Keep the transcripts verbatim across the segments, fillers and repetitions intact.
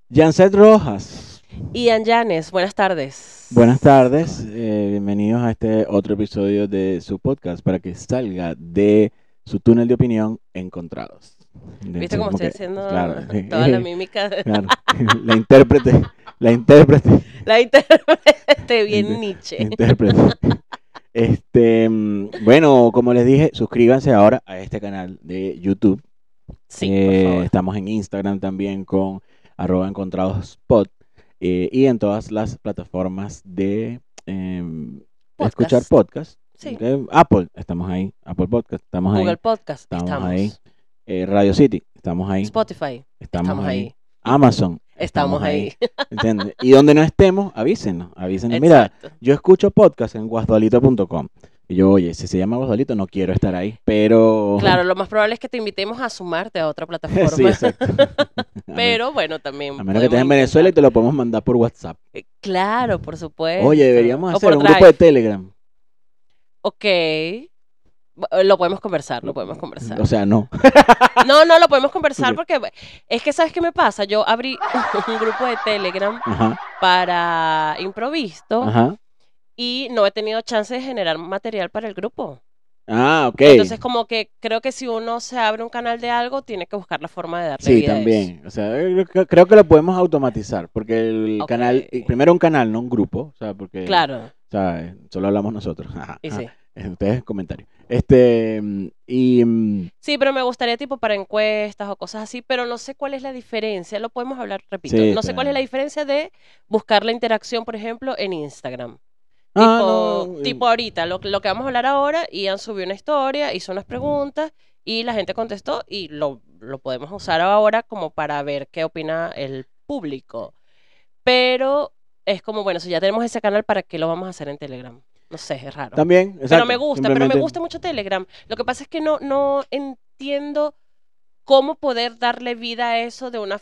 Janset Rojas, Ian Llanes, buenas tardes. buenas tardes, eh, bienvenidos a este otro episodio de su podcast para que salga de su túnel de opinión Encontrados. De- ¿Viste sí, cómo como estoy que, haciendo claro, sí, toda la mímica? de- claro, la intérprete, la intérprete, La intérprete la bien inte- la Nietzsche. intérprete. Este, mm, bueno, como les dije, suscríbanse ahora a este canal de YouTube. Sí, por Eh, favor. estamos en Instagram también con arroba encontradospot eh, y en todas las plataformas de em, escuchar Podcast. podcast. Sí. Ok, Apple, estamos ahí. Apple Podcast, estamos Google ahí. Podcast, Estamos ahí. estamos. Eh, Radio City, estamos ahí. Spotify, Estamos, estamos ahí. ahí. Amazon, Estamos ahí. ¿Entiendes? Y donde no estemos, avísenos. Avísenos. Mira, Exacto. yo escucho podcast en guasdualito punto com. Y yo, oye, si se llama Guasdualito, no quiero estar ahí. Pero. Claro, lo más probable es que te invitemos a sumarte a otra plataforma. Sí, exacto. A Pero bueno, también. A menos que estés en podemos Venezuela y te intentar. lo podemos mandar por WhatsApp. Eh, Claro, por supuesto. Oye, deberíamos O hacer por un grupo de Drive. Telegram. Ok. Bu- Lo podemos conversar, lo podemos conversar. O sea, no. No, no, lo podemos conversar Ok. porque es que, ¿sabes qué me pasa? Yo abrí un grupo de Telegram Ajá, para Improvisto ajá. y no he tenido chance de generar material para el grupo. Ah, ok. Entonces, como que creo que si uno se abre un canal de algo, tiene que buscar la forma de darle Sí, vida a eso. también. O sea, yo creo, creo que lo podemos automatizar. Porque el Ok. canal, y primero un canal, no un grupo. O sea, porque. Claro, O sea, eh, solo hablamos nosotros. Ajá, y ajá. sí. Eh, Ustedes comentarios. Este, mm, y. mm, Sí, pero me gustaría tipo para encuestas o cosas así, pero no sé cuál es la diferencia, lo podemos hablar, repito, Sí, no sé está cuál es la bien. diferencia de buscar la interacción, por ejemplo, en Instagram. Ah, Tipo, no. tipo eh, ahorita, lo, lo que vamos a hablar ahora, Ian subió una historia, hizo unas preguntas y la gente contestó y lo, lo podemos usar ahora como para ver qué opina el público. Pero es como, bueno, si ya tenemos ese canal, ¿para qué lo vamos a hacer en Telegram? No sé, es raro. También, Pero exacto. me gusta, pero me Simplemente. gusta mucho Telegram. Lo que pasa es que no, no entiendo cómo poder darle vida a eso de una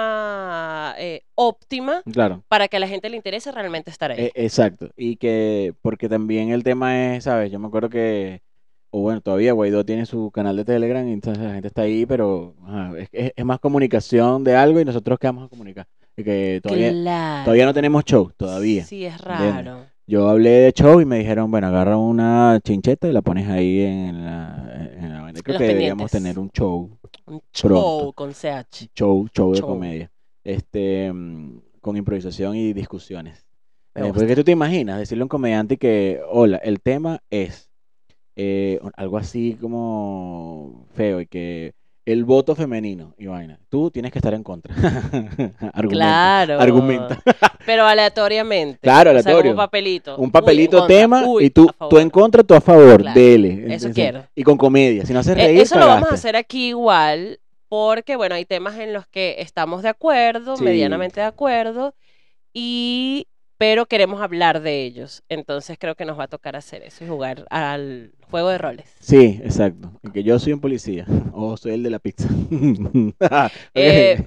forma eh, óptima Claro. para que a la gente le interese realmente estar ahí. E- exacto. Y que, porque también el tema es, ¿sabes? Yo me acuerdo que, o bueno, todavía Guaidó tiene su canal de Telegram y entonces la gente está ahí, pero ajá, es, es- es más comunicación de algo y nosotros qué vamos a comunicar. Y que todavía, todavía no Claro. tenemos show, todavía. Sí, es ¿Entiendes? raro. Yo hablé de show y me dijeron, bueno, agarra una chincheta y la pones ahí en la, en la vaina. Creo Los que deberíamos pendientes. tener un show, Un pronto. show con C H. show, show de Show. comedia, este, mm, con improvisación y discusiones. Me Eh, porque gusta. tú te imaginas decirle a un comediante que, hola, el tema es eh, algo así como feo y que el voto femenino y vaina. Tú tienes que estar en contra. Argumenta, Claro. argumenta. Pero aleatoriamente. Claro, O sea, como aleatorio. papelito. Un Uy, en papelito contra. tema Uy, y tú, a tú en favor. contra, tú a favor. Claro. Dele. Eso Entonces, quiero. y con comedia. Si no haces Eh, reír, Eso lo vamos a cagaste. hacer aquí igual, porque bueno, hay temas en los que estamos de acuerdo, Sí, medianamente de acuerdo, y pero queremos hablar de ellos. Entonces creo que nos va a tocar hacer eso y jugar al juego de roles. sí, exacto. Y que yo soy un policía o soy el de la pizza. Eh,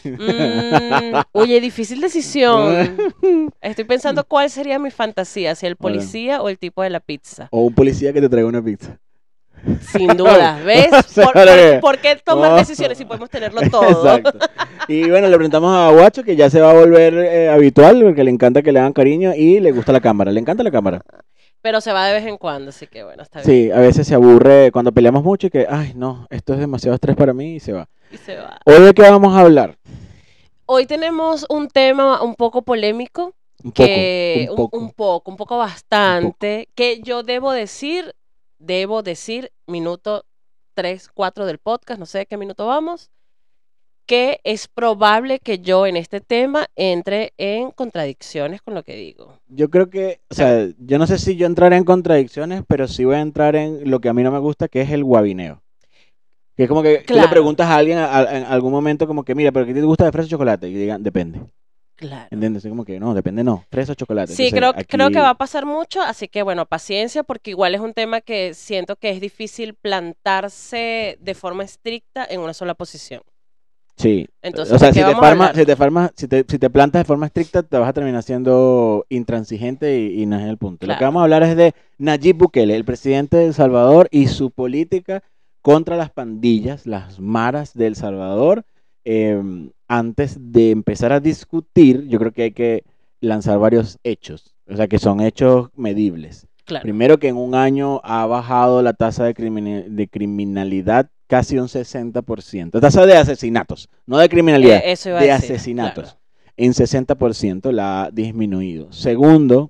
mm, oye, difícil decisión. Estoy pensando cuál sería mi fantasía, si el Bueno, policía o el tipo de la pizza. o un policía que te traiga una pizza. Sin duda, ¿ves? O sea, ¿Por, ¿para por- qué? por qué tomar No. decisiones si podemos tenerlo todo? Exacto. Y bueno, le preguntamos a Guacho que ya se va a volver eh, habitual porque le encanta que le hagan cariño y le gusta la cámara. Le encanta la cámara. Pero se va de vez en cuando, así que bueno, está bien. Sí, a veces se aburre cuando peleamos mucho y que, ay, no, esto es demasiado estrés para mí y se va. Y se va. Hoy de qué vamos a hablar. Hoy tenemos un tema un poco polémico, Un poco, que un un, poco. un poco, un poco bastante, que yo debo decir, debo decir, minuto tres, cuatro del podcast, no sé de qué minuto vamos, que es probable que yo en este tema entre en contradicciones con lo que digo. Yo creo que, o sea, yo no sé si yo entraré en contradicciones, pero sí voy a entrar en lo que a mí no me gusta, que es el guabineo. Que es como que tú le Claro, preguntas a alguien a- a- en algún momento como que, mira, pero ¿qué te gusta de fresa o chocolate? Y digan, depende. claro. ¿Entiendes? Así como que, no, depende no, fresa o chocolate. Sí, Entonces, creo, creo que aquí, va a pasar mucho, así que bueno, paciencia, porque igual es un tema que siento que es difícil plantarse de forma estricta en una sola posición. sí. Entonces, O sea, ¿de qué si te, vamos a farma- hablar? si, te farma- si, te, si te plantas de forma estricta, te vas a terminar siendo intransigente y, y no es el punto. Lo que Claro. vamos a hablar es de Nayib Bukele, el presidente de El Salvador y su política contra las pandillas, las maras de El Salvador, eh, antes de empezar a discutir, yo creo que hay que lanzar varios hechos, o sea, que son hechos medibles. Claro. Primero, que en un año ha bajado la tasa de, crimine- de criminalidad casi un sesenta por ciento. Tasa de asesinatos, no de criminalidad, Eh, eso iba a de decir, asesinatos. claro. En sesenta por ciento la ha disminuido. Segundo,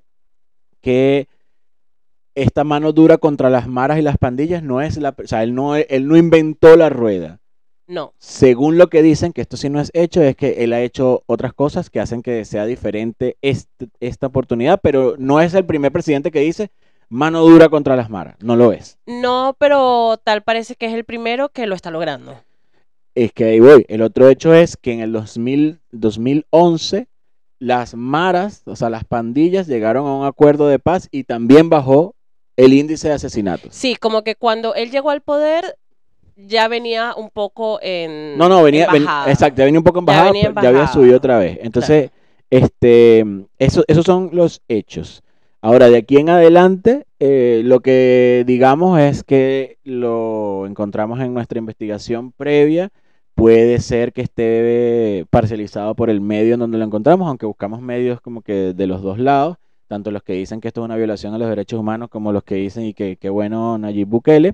que esta mano dura contra las maras y las pandillas no es la, o sea, él no, él no inventó la rueda. No. Según lo que dicen, que esto sí no es hecho, es que él ha hecho otras cosas que hacen que sea diferente este, esta oportunidad, pero no es el primer presidente que dice mano dura contra las maras, no lo es. No, pero tal parece que es el primero que lo está logrando. Es que ahí voy. El otro hecho es que en el dos mil, dos mil once las maras, o sea, las pandillas llegaron a un acuerdo de paz y también bajó el índice de asesinatos. Sí, como que cuando él llegó al poder ya venía un poco en No, no, venía, en ven- bajada. exacto, ya venía un poco en Ya bajada, venía en pero ya había bajada. subido otra vez. Entonces, este, eso, esos son los hechos. Ahora, de aquí en adelante, eh, lo que digamos es que lo encontramos en nuestra investigación previa. Puede ser que esté parcializado por el medio en donde lo encontramos, aunque buscamos medios como que de los dos lados, tanto los que dicen que esto es una violación a los derechos humanos como los que dicen y que qué bueno Nayib Bukele.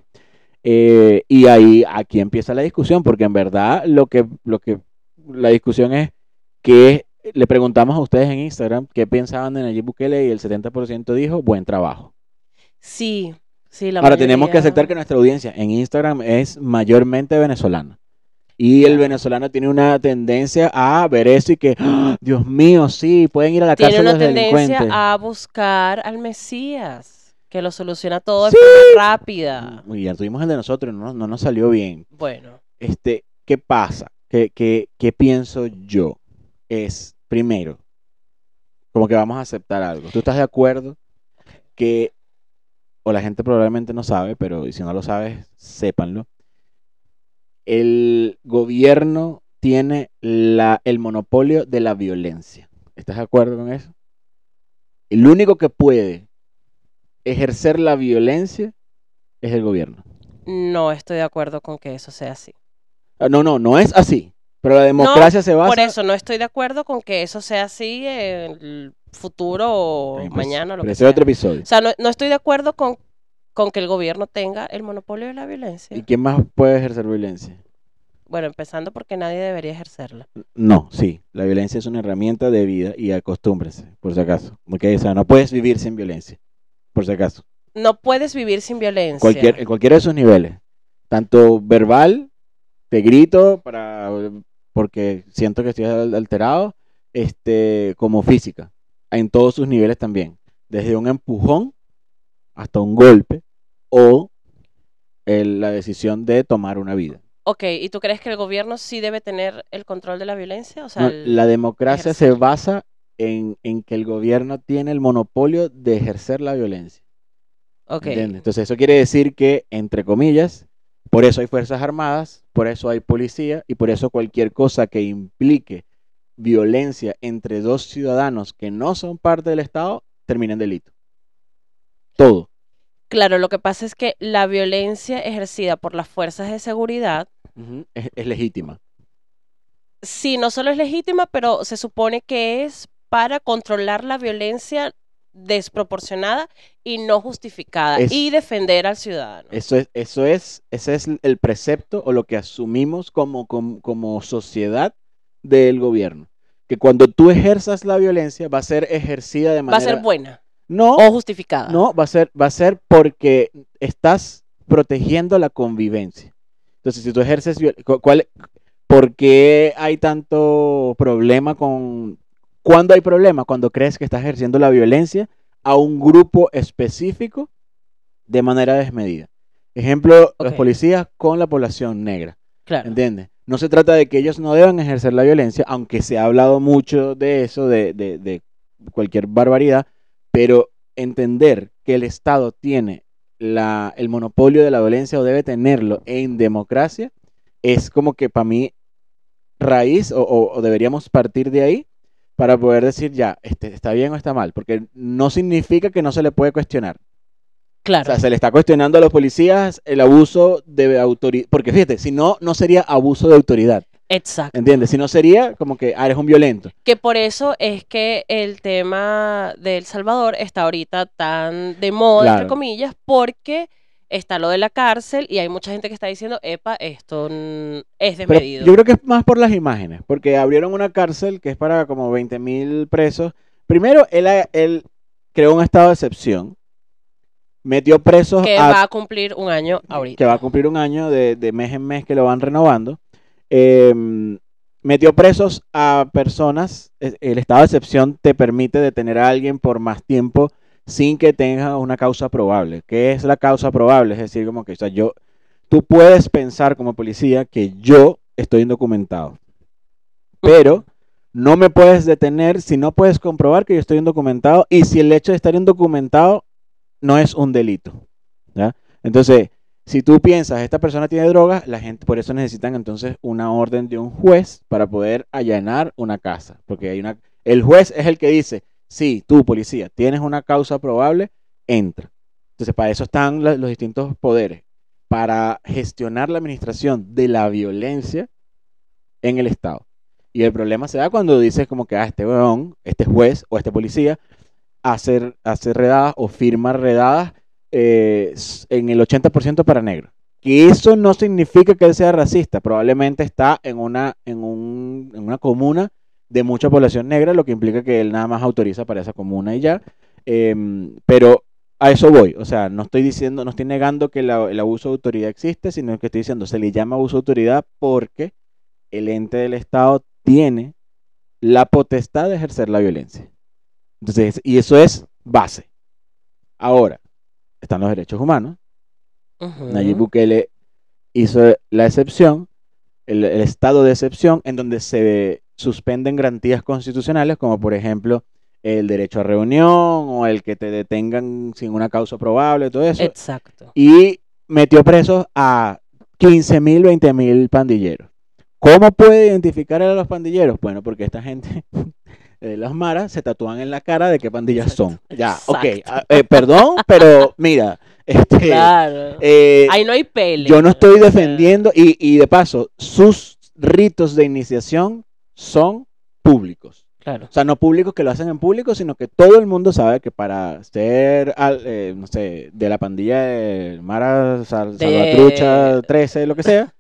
Eh, y ahí aquí empieza la discusión, porque en verdad lo que, lo que la discusión es que le preguntamos a ustedes en Instagram qué pensaban de Nayib Bukele y el setenta por ciento dijo buen trabajo. Sí, sí, la Ahora tenemos que mayoría- aceptar que nuestra audiencia en Instagram es mayormente venezolana. Y el Claro. venezolano tiene una tendencia a ver eso y que, ¡ah! Dios mío, sí, pueden ir a la Tiene cárcel una los tendencia delincuentes. a buscar al Mesías, que lo soluciona todo de Sí. forma rápida. Y ya tuvimos el de nosotros, no, no nos salió bien. Bueno, Este, ¿qué pasa? ¿Qué, qué, qué pienso yo? Es, primero, como que vamos a aceptar algo. ¿Tú estás de acuerdo que, o la gente probablemente no sabe, pero y si no lo sabes, sépanlo, el gobierno tiene la, el monopolio de la violencia? ¿Estás de acuerdo con eso? El único que puede ejercer la violencia es el gobierno. no estoy de acuerdo con que eso sea así. Ah, No, no, no es así. Pero la democracia se basa... Por eso no estoy de acuerdo con que eso sea así en el futuro o Ay, pues, mañana, lo pero que ese es sea. otro episodio. O sea, no, no estoy de acuerdo con, con que el gobierno tenga el monopolio de la ¿Y violencia. quién más puede ejercer violencia? Bueno, empezando porque nadie debería ejercerla. No, sí, la violencia es una herramienta de vida y acostúmbrese, por si acaso. ¿Ok? O sea, no puedes vivir sin violencia, por si acaso. No puedes vivir sin violencia. Cualquier, en cualquiera de sus niveles. Tanto verbal, te grito para, porque siento que estoy al- alterado, este, como física, en todos sus niveles también. Desde un empujón hasta un golpe o el- la decisión de tomar una vida. Ok, ¿y tú crees que el gobierno sí debe tener el control de la violencia? O sea, No, el- la democracia se ejercer. basa en, en que el gobierno tiene el monopolio de ejercer la violencia. Ok, ¿Entiendes? Entonces eso quiere decir que, entre comillas, por eso hay fuerzas armadas, por eso hay policía y por eso cualquier cosa que implique violencia entre dos ciudadanos que no son parte del Estado termina en delito. Todo. claro, lo que pasa es que la violencia ejercida por las fuerzas de seguridad, Ujú, Es, es legítima. sí, no solo es legítima, pero se supone que es para controlar la violencia desproporcionada y no justificada Es- y defender al ciudadano. Eso es, eso es, ese es el precepto o lo que asumimos como, como, como sociedad del gobierno. Que cuando tú ejerzas la violencia va a ser ejercida de Va a manera... ser buena No, o justificada. no, va a ser, va a ser porque estás protegiendo la convivencia. Entonces, si tú ejerces... viol- cu- ¿cuál, ¿Por qué hay tanto problema con... ¿Cuándo hay problema? Cuando crees que estás ejerciendo la violencia a un grupo específico de manera desmedida. Ejemplo, los Ok. policías con la población negra. Claro. ¿Entiendes? No se trata de que ellos no deban ejercer la violencia, aunque se ha hablado mucho de eso, de, de, de cualquier barbaridad, pero entender que el Estado tiene la, el monopolio de la violencia o debe tenerlo en democracia, es como que para mí raíz o, o- o deberíamos partir de ahí para poder decir ya, este, está bien o está mal, porque no significa que no se le puede cuestionar. O Claro. sea, se le está cuestionando a los policías el abuso de autoridad, porque fíjate, si no, no sería abuso de autoridad. Exacto. ¿Entiendes? Si no sería como que ah, eres un violento. Que por eso es que el tema de El Salvador está ahorita tan de moda, entre Claro. comillas, porque está lo de la cárcel y hay mucha gente que está diciendo, epa, esto mm, es Pero desmedido. yo creo que es más por las imágenes, porque abrieron una cárcel que es para como veinte mil presos. Primero, él, él creó un estado de excepción, metió presos Que a... va a cumplir un año ahorita. Que va a cumplir un año de, de mes en mes que lo van renovando. Eh, metió presos a personas. El estado de excepción te permite detener a alguien por más tiempo sin que tenga una causa probable. ¿Qué es la causa probable? Es decir, como que, o sea, yo, tú puedes pensar como policía que yo estoy indocumentado, pero no me puedes detener si no puedes comprobar que yo estoy indocumentado y si el hecho de estar indocumentado no es un delito, ¿ya? Entonces, si tú piensas, esta persona tiene drogas, la gente por eso necesitan entonces una orden de un juez para poder allanar una casa, porque hay una, el juez es el que dice, sí, tú policía, tienes una causa probable, entra. Entonces, para eso están la, los distintos poderes, para gestionar la administración de la violencia en el Estado. Y el problema se da cuando dices como que, ah, este weón, este juez o este policía hace, hace redadas o firma redadas eh, en el ochenta por ciento para negros. Que eso no significa que él sea racista, probablemente está en una, en, un, en una comuna de mucha población negra, lo que implica que él nada más autoriza para esa comuna y ya. Eh, pero a eso voy, o sea, no estoy diciendo, no estoy negando que la, el abuso de autoridad existe, sino que estoy diciendo, se le llama abuso de autoridad porque el ente del Estado tiene la potestad de ejercer la violencia. Entonces, y eso es base. Ahora, están los derechos humanos. Uh-huh. Nayib Bukele hizo la excepción, el, el estado de excepción, en donde se suspenden garantías constitucionales, como por ejemplo el derecho a reunión o el que te detengan sin una causa probable, todo eso. Exacto. Y metió presos a quince mil, veinte mil pandilleros. ¿Cómo puede identificar a los pandilleros? Bueno, porque esta gente de las maras se tatúan en la cara de qué pandillas Exacto. son. Ya, Exacto. ok, eh, perdón, pero mira, este, claro. eh, Ahí no hay pele. yo no estoy defendiendo, y, y de paso, sus ritos de iniciación son públicos. Claro. O sea, no públicos que lo hacen en público, sino que todo el mundo sabe que para ser, eh, no sé, de la pandilla de Mara Sal, De- Salvatrucha trece, lo que sea,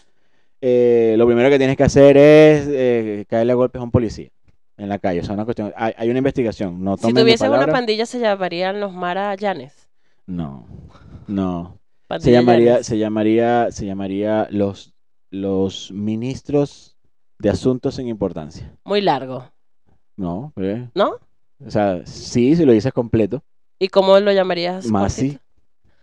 eh, lo primero que tienes que hacer es eh, caerle a golpes a un policía en la calle. O sea, una cuestión, hay, hay una investigación. No Si tomen mi tuviesen una palabra. pandilla se llamarían los Marayanes. No, no. Se Pandilla llamaría, Llanes. se llamaría, se llamaría los, los ministros de asuntos sin importancia. Muy largo, No, ¿eh? ¿no? O sea, sí, si lo dices completo. ¿Y cómo lo llamarías? Masi. cortito?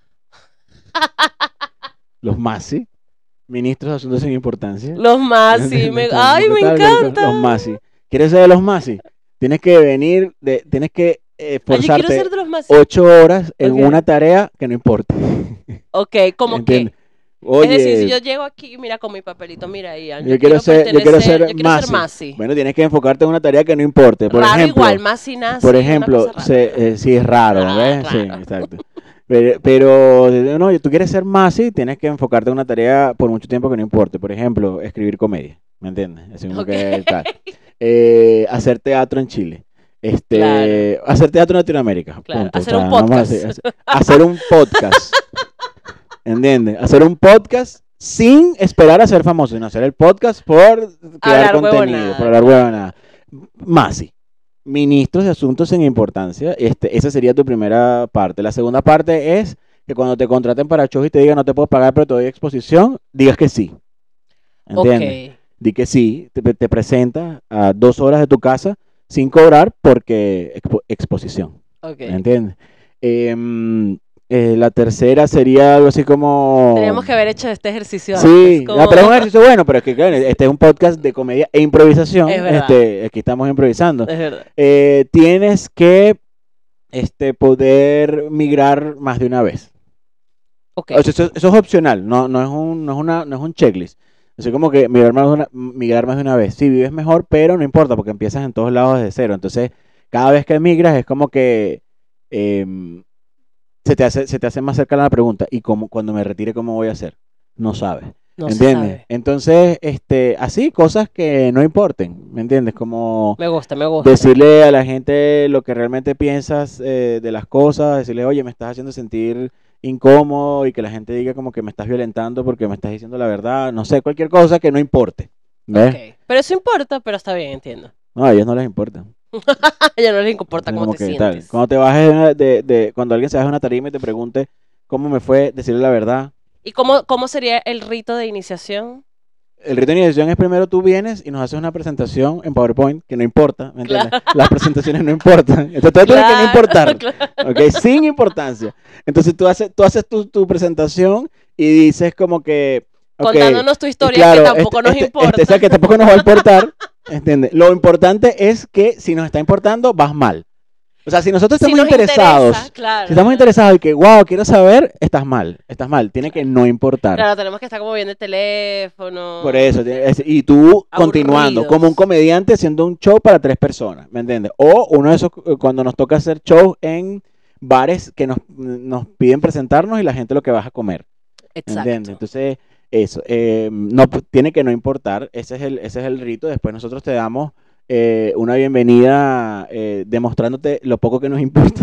Los Masi. Ministros de asuntos sin importancia. Los Masi. Me... Como ¡Ay, que me tal, encanta! Los Masi. ¿Quieres ser de los Masi? Tienes que venir, de, tienes que eh, Ay, yo quiero esforzarte ser de los Masi. ocho horas en Ok. una tarea que no importa. Ok, ¿cómo ¿Entiendes? qué? Oye, Es decir, si yo llego aquí, mira, con mi papelito, mira, Ian, yo quiero ser, yo quiero ser yo quiero Masi. ser Masi. Bueno, tienes que enfocarte en una tarea que no importe. Por Raro ejemplo, igual, Masi nazi. por una ejemplo, cosa se, rara. eh, sí es raro, Ah, ¿ves? Sí, claro. exacto. Pero, pero, no, tú quieres ser Masi, tienes que enfocarte en una tarea por mucho tiempo que no importe. Por ejemplo, escribir comedia, ¿me entiendes? Así como Ok. que tal. Eh, hacer teatro en Chile. Este, Claro. hacer teatro en Latinoamérica. Claro, punto. hacer O sea, un vamos a podcast. hacer, hacer- hacer un podcast. ¿Entiendes? Hacer un podcast sin esperar a ser famoso, sino hacer el podcast por crear Hablar contenido, huevonada, por hablar claro. huevonada. Masi. Ministros de asuntos sin importancia. Este, esa sería tu primera parte. La segunda parte es que cuando te contraten para shows y te digan no te puedo pagar pero te doy exposición, digas que sí. ¿Entiendes? Ok. Di que sí, te, te presentas a dos horas de tu casa sin cobrar porque expo- exposición. Ok. ¿Entiendes? Em, eh, la tercera sería algo así como... Teníamos que haber hecho este ejercicio Sí, antes. como- no, pero es un ejercicio bueno, pero es que claro, este es un podcast de comedia e improvisación. Es verdad. Este, aquí estamos improvisando. Es verdad. Eh, tienes que este, poder migrar más de una vez. Ok. O sea, eso, eso es opcional, no, no, es un, no, es una, no es un checklist. Así como que migrar más, de una, migrar más de una vez. Sí, vives mejor, pero no importa porque empiezas en todos lados desde cero. Entonces, cada vez que migras es como que em, se, te hace, se te hace más cerca la pregunta. ¿Y cómo, cuando me retire, cómo voy a hacer? No sabes. No se ¿entiendes? sabe. Entonces, este, así, cosas que no importen, ¿me entiendes? Como Me gusta, me gusta. decirle a la gente lo que realmente piensas eh, de las cosas, decirle, oye, me estás haciendo sentir incómodo y que la gente diga como que me estás violentando porque me estás diciendo la verdad, no sé, cualquier cosa que no importe, ¿ves? Ok. Pero eso importa, pero está bien, entiendo. No, a ellos no les importa. A ella no les importa Entonces, cómo como te que tal, sientes. cuando te bajes de, una- de, de- cuando alguien se baje de una tarima y te pregunte cómo me fue, decirle la verdad. ¿Y cómo, cómo sería el rito de iniciación? El rito de iniciación es primero tú vienes y nos haces una presentación en PowerPoint, que no importa, ¿me entiendes? Claro, Las presentaciones no importan. Entonces todo tiene que no claro, importar, claro. ¿ok? Sin importancia. Entonces tú haces, tú haces tu, tu presentación y dices como que, ok, Contándonos tu y historia claro, que este, tampoco nos este, importa. este, o sea, que tampoco nos va a importar, ¿entiendes? Lo importante es que si nos está importando, vas mal. O sea, si nosotros Si estamos nos interesados, interesa, claro, si estamos claro. interesados y que, wow, quiero saber, estás mal, estás mal. Tiene que no importar. Claro, tenemos que estar como viendo el teléfono. Por eso, tiene- es- y tú continuando, como un Aburridos. comediante haciendo un show para tres personas, ¿me entiendes? O uno de esos, eh, cuando nos toca hacer shows en bares que nos, nos piden presentarnos y la gente lo que vas a comer, ¿me entiendes? Exacto. Entonces, eso, eh, no, pu- tiene que no importar, ese es el, ese es el rito, después nosotros te damos eh, una bienvenida eh, demostrándote lo poco que nos importa.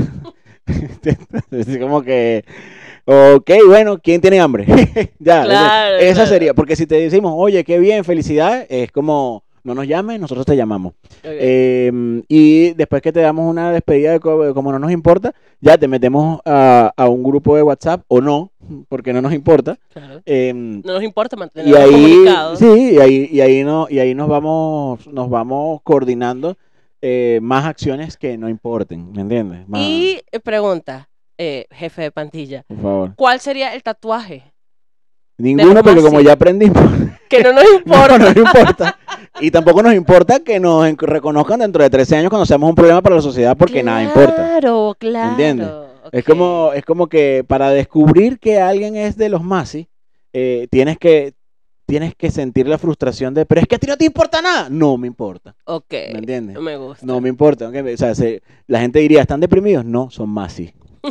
Es como que, ok, bueno, ¿quién tiene hambre? Ya, ese- Claro, esa claro. sería, porque si te decimos, oye, qué bien, felicidades, es como, no nos llames, nosotros te llamamos. Ok, Eh, y después que te damos una despedida de co- como no nos importa, ya te metemos a, a un grupo de WhatsApp o no, porque no nos importa. claro. Em, No nos importa y mantenernos ahí, comunicados. sí, y ahí, y ahí, no, y ahí nos vamos, nos vamos coordinando eh, más acciones que no importen, ¿me entiendes? Más, Y eh, pregunta, eh, jefe de pantilla, por favor. ¿cuál sería el tatuaje? Ninguno, porque como Masi. ya aprendimos, Que no nos no importa. nos importa. Y tampoco nos importa que nos en- reconozcan dentro de trece años cuando seamos un problema para la sociedad, porque nada importa. Claro, claro. ¿Entiendes? Es Ok. como, es como que para descubrir que alguien es de los Masi, eh, tienes que, tienes que sentir la frustración de, pero es que a ti no te importa nada. No me importa. Ok, ¿Me entiendes? me gusta. No me importa. ¿Ok? O sea, se- la gente diría, ¿están deprimidos? No, son Masi.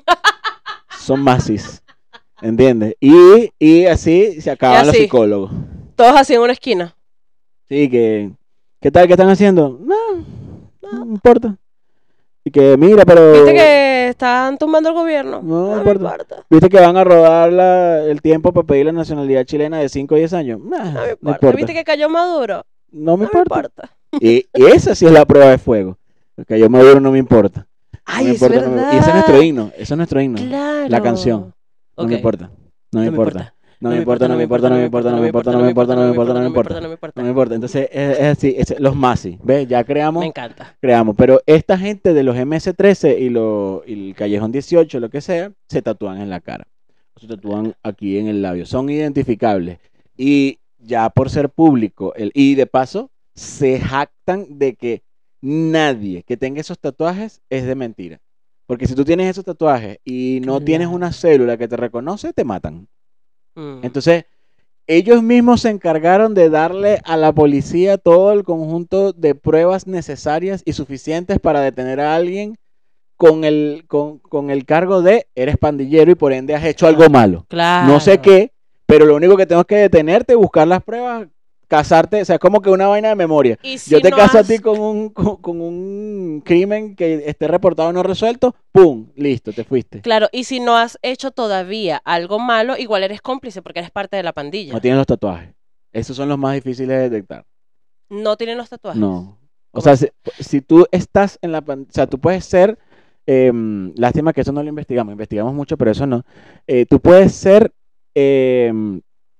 Son Masis. ¿Entiendes? Y, y así se acaban Y los así. psicólogos. Todos así en una esquina. Sí, que, ¿qué tal? ¿Qué están haciendo? No, no me importa. Y que, mira, pero... ¿Viste que están tumbando el gobierno? No me importa. importa. ¿Viste que van a rodar la- el tiempo para pedir la nacionalidad chilena de cinco o diez años? Nah, No me no importa. importa. ¿Viste que cayó Maduro? No me No me importa. importa. Y, y esa sí es la prueba de fuego. Porque yo Maduro no me importa. No Ay, me es importa, no me- verdad. Y ese es nuestro himno. Eso es nuestro himno. Claro. La canción. No Ok. me importa. No me No me importa. importa. No me importa, no me importa, no me importa, no me importa, no me importa, no me importa, no me importa. no me importa. No me importa. Entonces, es, es así. es- los Masi. ¿Ves? Ya creamos. Me encanta. creamos. Pero esta gente de los M S trece y, lo, y el Callejón dieciocho, lo que sea, se tatúan en la cara. Se tatúan aquí en el labio. Son identificables. Y ya por ser público, el, y de paso, se jactan de que nadie que tenga esos tatuajes es de mentira. Porque si tú tienes esos tatuajes y no tienes Claro. una célula que te reconoce, te matan. Mm. Entonces, ellos mismos se encargaron de darle a la policía todo el conjunto de pruebas necesarias y suficientes para detener a alguien con el, con, con el cargo de eres pandillero y por ende has hecho algo malo. Claro. No sé qué, pero lo único que tengo es que detenerte, buscar las pruebas, casarte, o sea, es como que una vaina de memoria. Y si Yo te no caso has- a ti con un, con, con un crimen que esté reportado no resuelto, ¡pum! Listo, te fuiste. Claro, y si no has hecho todavía algo malo, igual eres cómplice porque eres parte de la pandilla. No tienes los tatuajes. Esos son los más difíciles de detectar. No tienen los tatuajes. No. O ¿Cómo sea, así? si, si tú estás en la pan- o sea, tú puedes ser, em, lástima que eso no lo investigamos, investigamos mucho, pero eso no. Eh, tú puedes ser em,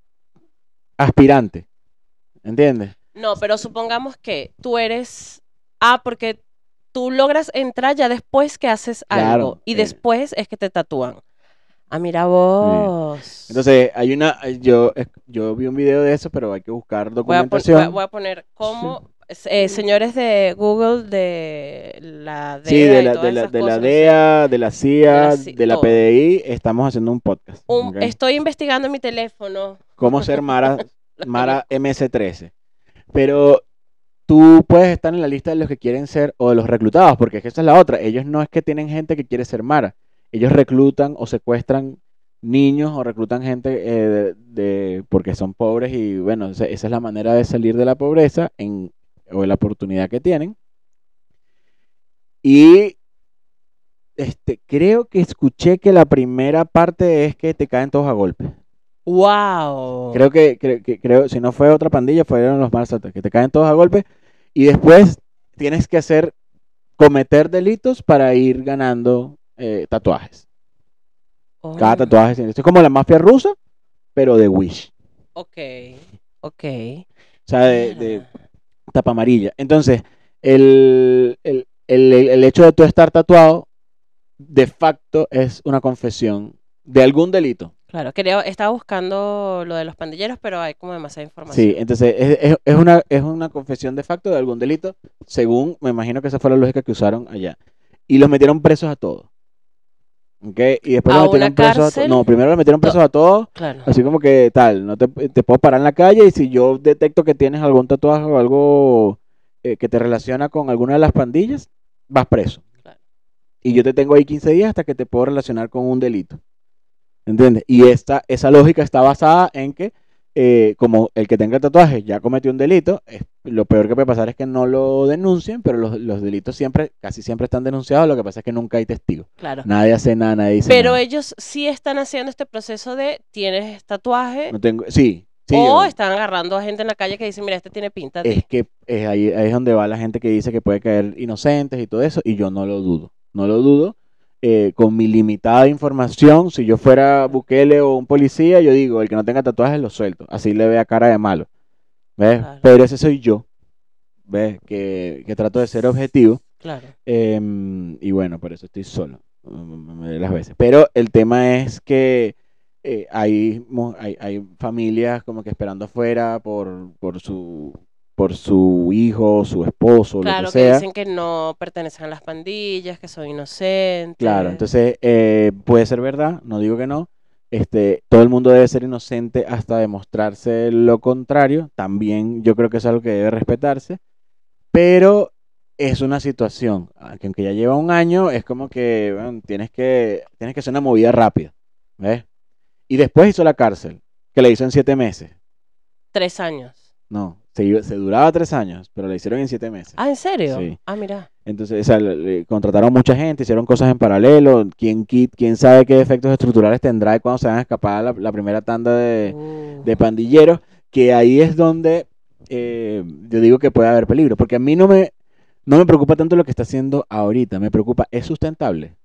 aspirante, ¿entiendes? No, pero supongamos que tú eres Ah, porque tú logras entrar ya después que haces Claro, algo y eh. después es que te tatúan. Ah, mira vos. Entonces, hay una, yo, eh, yo vi un video de eso, pero hay que buscar Voy a, pon- documentación. voy a- voy a poner cómo, eh, señores de Google, de la D E A Sí, de y la, todas de la, esas de la cosas, sí. D E A, de la C I A, De la C- de la todo. P D I, estamos haciendo un podcast. Un- ¿ok? Estoy investigando en mi teléfono. Cómo ser Mara, Mara M S trece. Pero tú puedes estar en la lista de los que quieren ser o de los reclutados, porque es que esa es la otra. Ellos no es que tienen gente que quiere ser Mara. Ellos reclutan o secuestran niños o reclutan gente eh, de, de- porque son pobres y bueno, esa, esa es la manera de salir de la pobreza en, o la oportunidad que tienen. Y este, creo que escuché que la primera parte es que te caen todos a golpes. Wow. Creo que, cre- que- creo, si no fue otra pandilla, fueron los Mars Attacks, que te caen todos a golpes y después tienes que hacer, cometer delitos para ir ganando eh, tatuajes. Cada Oh, tatuaje, esto es como la mafia rusa, pero de Wish. ok. Ok. O sea, de, de Mierda. tapa amarilla. Entonces, el, el, el, el hecho de tú estar tatuado, de facto, es una confesión de algún delito. Claro, quería, estaba buscando lo de los pandilleros, pero hay como demasiada Sí, información. entonces es, es, es una, es una confesión de facto de algún delito, según me imagino que esa fue la lógica que usaron allá. Y los metieron presos a todos. ¿Ok? Y después los A una metieron presos a todos. cárcel. No, primero los metieron to- presos a todos, Claro, así como que tal, no te, te puedo parar en la calle y si yo detecto que tienes algún tatuaje o algo eh, que te relaciona con alguna de las pandillas, vas preso. claro. Y yo te tengo ahí quince días hasta que te puedo relacionar con un delito. ¿Entiendes? Y esta, esa lógica está basada en que, eh, como el que tenga el tatuaje ya cometió un delito, es- lo peor que puede pasar es que no lo denuncien, pero los, los delitos siempre, casi siempre están denunciados, lo que pasa es que nunca hay testigos. Claro. Nadie hace nada, nadie dice Pero nada. ellos sí están haciendo este proceso de tienes tatuaje No tengo, sí, sí, o yo, están agarrando a gente en la calle que dice, mira, este tiene pinta es de. que es ahí, ahí es donde va la gente que dice que puede caer inocentes y todo eso, y yo no lo dudo, no lo dudo. Eh, con mi limitada información, si yo fuera Bukele o un policía, yo digo, el que no tenga tatuajes lo suelto, así le vea cara de malo, ¿ves? Claro, Pero ese soy yo, ¿ves? Que, que trato de ser objetivo, claro. em, y bueno, por eso estoy solo, mm, las veces. Pero el tema es que eh, hay, mo- hay, hay familias como que esperando afuera por, por su, por su hijo, su esposo, lo que Claro, que sea. dicen que no pertenecen a las pandillas, que son Claro, inocentes. entonces eh, puede ser verdad, no digo que no. Este, todo el mundo debe ser inocente hasta demostrarse lo contrario. También yo creo que es algo que debe respetarse, pero es una situación ah, que aunque ya lleva un año, es como que bueno, tienes que tienes que hacer una movida rápida, ¿ves? Y después hizo la cárcel, que la hizo en siete meses. Tres años. No, se, iba- se duraba tres años, pero la hicieron en siete meses. Ah, ¿en serio? Sí. Ah, mira. Entonces, o sea, le- le contrataron mucha gente, hicieron cosas en paralelo. ¿Quién, qui- quién sabe qué efectos estructurales tendrá y cuándo se van a escapar la, la primera tanda de, Uh, de pandilleros? Que ahí es donde eh, yo digo que puede haber peligro. Porque a mí no me, no me preocupa tanto lo que está haciendo ahorita. Me preocupa, ¿es sustentable?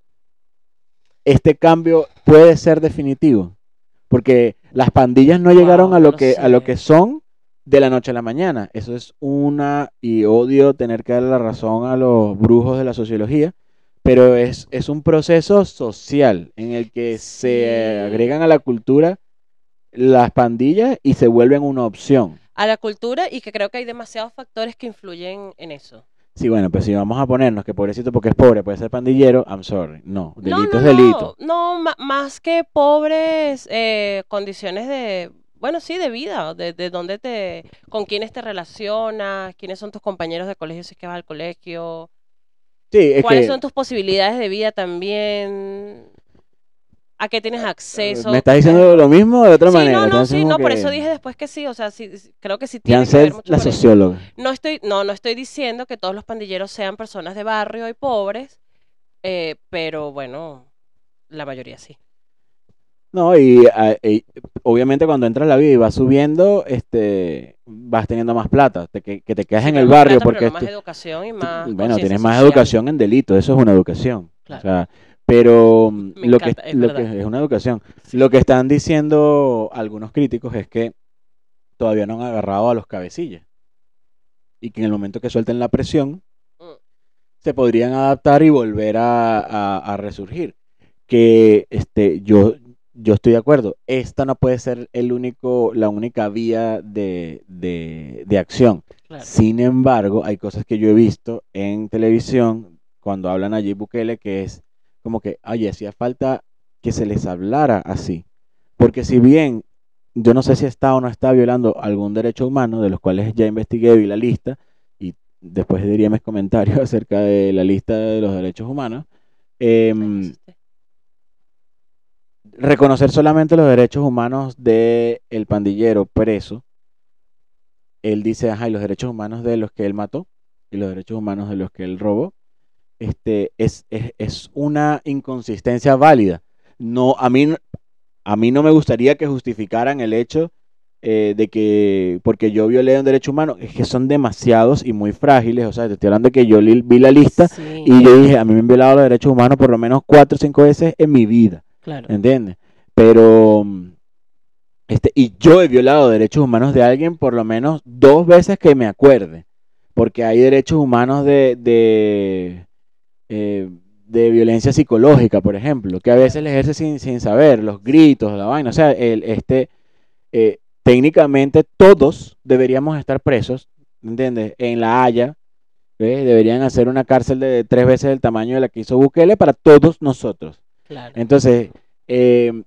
Este cambio puede ser definitivo. Porque las pandillas no llegaron wow, a no lo lo que, a lo que sé. son de la noche a la mañana. Eso es una, y odio tener que darle la razón a los brujos de la sociología, pero es, es un proceso social en el que se Sí. agregan a la cultura las pandillas y se vuelven una opción. A la cultura y que creo que hay demasiados factores que influyen en eso. Sí, bueno, pues si vamos a ponernos que pobrecito porque es pobre puede ser pandillero, I'm sorry. No, No, delito no, es delito. no, no, ma- más que pobres eh, condiciones de, bueno, sí, de vida, de, de dónde te, con quiénes te relacionas, quiénes son tus compañeros de colegio si es que vas al colegio, Sí, es cuáles que son tus posibilidades de vida también, a qué tienes eh, me acceso, estás es diciendo algo. lo mismo de otra Sí, no, manera. no, Estás sí, diciendo como no, por eso que dije después que sí, o sea, sí, sí, creo que sí tiene que ver Janset, mucho la con eso. socióloga. No estoy, no, no estoy diciendo que todos los pandilleros sean personas de barrio y pobres, eh, pero bueno, la mayoría sí. No, y, a- y obviamente cuando entras a la vida y vas subiendo, este, vas teniendo más plata, te, que, que te quedas Sí, en pero el más barrio plata, pero porque no es más tu- educación y ti- más bueno, conciencia tienes más social. educación en delito, eso es una educación. O Claro, sea, pero mm, me lo que, encanta, es lo que verdad. es una educación. Sí. Lo que están diciendo algunos críticos es que todavía no han agarrado a los cabecillas y que en el momento que suelten la presión Mm, se podrían adaptar y volver a, a- a resurgir. Que este, yo, yo estoy de acuerdo, esta no puede ser el único, la única vía de, de, de acción. claro. Sin embargo, hay cosas que yo he visto en televisión cuando hablan allí Bukele que es como que, oye, hacía falta que se les hablara así. Porque si bien yo no sé si está o no está violando algún derecho humano, de los cuales ya investigué, vi la lista, y después diría mis comentarios acerca de la lista de los derechos humanos, Ay, me em, asusté. reconocer solamente los derechos humanos del pandillero preso. Él dice, ajá, y los derechos humanos de los que él mató y los derechos humanos de los que él robó, este, es, es, es una inconsistencia válida. No, a mí, a mí no me gustaría que justificaran el hecho eh, de que porque yo violé un derecho humano, es que son demasiados y muy frágiles. O sea, te estoy hablando de que yo li- vi la lista Sí, y yo dije, a mí me han violado los derechos humanos por lo menos cuatro o cinco veces en mi vida, claro. ¿entiendes? Pero, mm, este, y yo he violado derechos humanos de alguien por lo menos dos veces que me acuerde, porque hay derechos humanos de, de, eh, de violencia psicológica, por ejemplo, que a veces le ejerce sin, sin saber, los gritos, la vaina. O sea, el, este, eh, técnicamente todos deberíamos estar presos, ¿entiendes? En La Haya, ¿ves? Deberían hacer una cárcel de tres veces el tamaño de la que hizo Bukele para todos nosotros. Claro. Entonces, eh,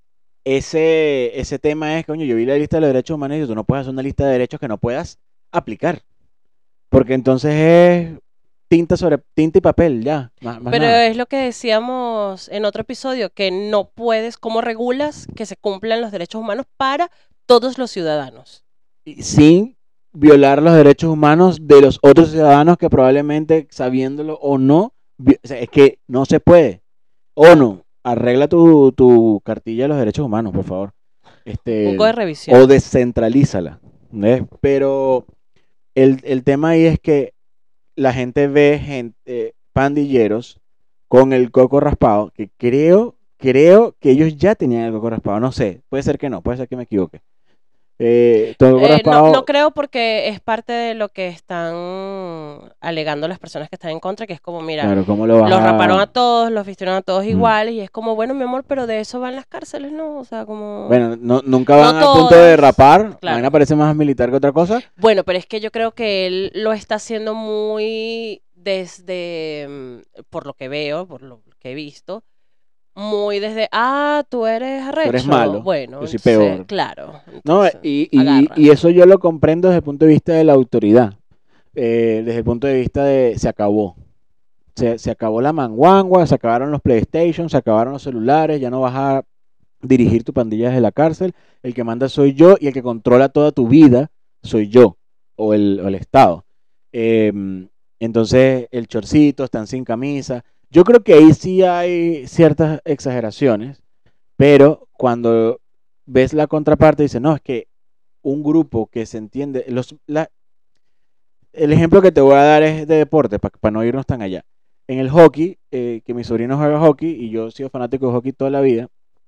ese, ese tema es, coño, yo vi la lista de los derechos humanos y tú no puedes hacer una lista de derechos que no puedas aplicar, porque entonces es tinta sobre tinta y papel, ya, más, más Pero nada. es lo que decíamos en otro episodio, que no puedes, ¿cómo regulas que se cumplan los derechos humanos para todos los ciudadanos? Y sin violar los derechos humanos de los otros ciudadanos que probablemente, sabiéndolo o no, vi- o sea, es que no se puede. O no, arregla tu, tu cartilla de los derechos humanos, por favor. Un poco de Este, o revisión. descentralízala. ¿Ves? Pero el, el tema ahí es que la gente ve gente, pandilleros con el coco raspado, que creo, creo que ellos ya tenían el coco raspado, no sé, puede ser que no, puede ser que me equivoque. Eh, todo el coco Eh, no, no raspado, creo porque es parte de lo que están alegando las personas que están en contra, que es como, mira, claro, ¿cómo lo vas los raparon a a...? todos, los vistieron a todos Mm. iguales, y es como, bueno, mi amor, pero de eso van las cárceles, ¿no? O sea, como, Bueno, no, nunca no van al punto de todas, rapar, la vaina claro. parece más militar que otra cosa. Bueno, pero es que yo creo que él lo está haciendo muy desde, mm, por lo que veo, por lo que he visto, muy desde, ah, tú eres Tú eres arrecho. malo, Bueno, yo soy entonces, peor. claro, No, entonces, y, y, agarra. y eso yo lo comprendo desde el punto de vista de la autoridad, eh, desde el punto de vista de se acabó. Se, se acabó la manguangua, se acabaron los PlayStation, se acabaron los celulares, ya no vas a dirigir tu pandilla desde la cárcel. El que manda soy yo y el que controla toda tu vida soy yo o el, o el Estado. Eh, entonces, el chorcito, están sin camisa. Yo creo que ahí sí hay ciertas exageraciones, pero cuando ves la contraparte, dice, no, es que un grupo que se entiende, los, la, el ejemplo que te voy a dar es de deporte, para pa no irnos tan allá. En el hockey, eh, que mi sobrino juega hockey y yo he sido fanático de hockey toda la vida,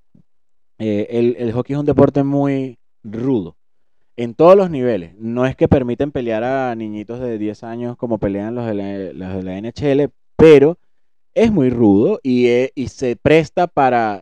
eh, el, el hockey es un deporte muy rudo, en todos los niveles. No es que permiten pelear a niñitos de diez años como pelean los de la, los de la N H L, pero es muy rudo y, eh, y se presta para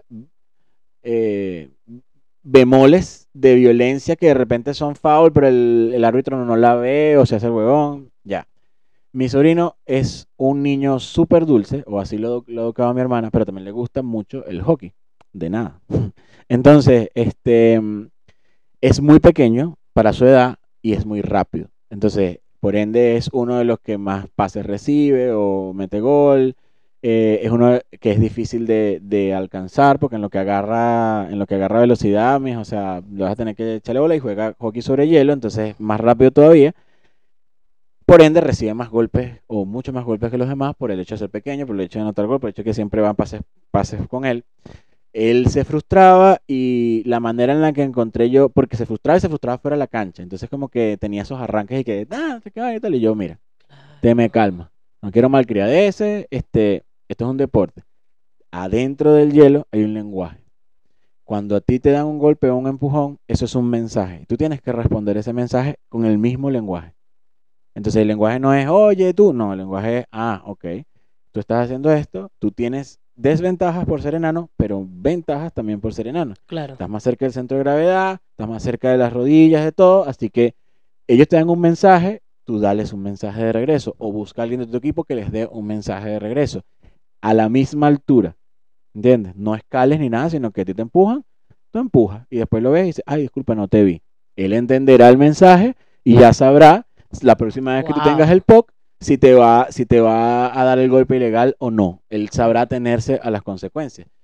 eh, bemoles de violencia que de repente son foul, pero el, el árbitro no, no la ve o se hace el huevón. Ya. Mi sobrino es un niño súper dulce, o así lo, lo educaba mi hermana, pero también le gusta mucho el hockey. De nada. Entonces, este es muy pequeño para su edad y es muy rápido. Entonces, por ende, es uno de los que más pases recibe o mete gol. Eh, es uno que es difícil de, de alcanzar porque en lo que agarra, en lo que agarra velocidad, mijo, o sea, le vas a tener que echarle bola y juega hockey sobre hielo, entonces más rápido todavía. Por ende, recibe más golpes o mucho más golpes que los demás por el hecho de ser pequeño, por el hecho de anotar gol, por el hecho de que siempre van pases, pases con él. Él se frustraba y la manera en la que encontré yo, porque se frustraba y se frustraba fuera de la cancha, entonces como que tenía esos arranques y que, ah, te quedas y tal, y yo, mira, te me calma, no quiero malcriadeces, este, esto es un deporte. Adentro del hielo hay un lenguaje. Cuando a ti te dan un golpe o un empujón, eso es un mensaje. Tú tienes que responder ese mensaje con el mismo lenguaje. Entonces el lenguaje no es, oye, tú, no, el lenguaje es, ah, ok, tú estás haciendo esto, tú tienes desventajas por ser enano, pero ventajas también por ser enano. Claro. Estás más cerca del centro de gravedad, estás más cerca de las rodillas, de todo, así que ellos te dan un mensaje, tú dales un mensaje de regreso, o busca a alguien de tu equipo que les dé un mensaje de regreso, a la misma altura, ¿entiendes? No escales ni nada, sino que a ti te empujan, tú empujas, y después lo ves y dices, ay, disculpa, no te vi. Él entenderá el mensaje y ya sabrá la próxima vez que tú tengas Wow. el P O C si te va, si te va a dar el golpe ilegal o no. Él sabrá tenerse a las consecuencias.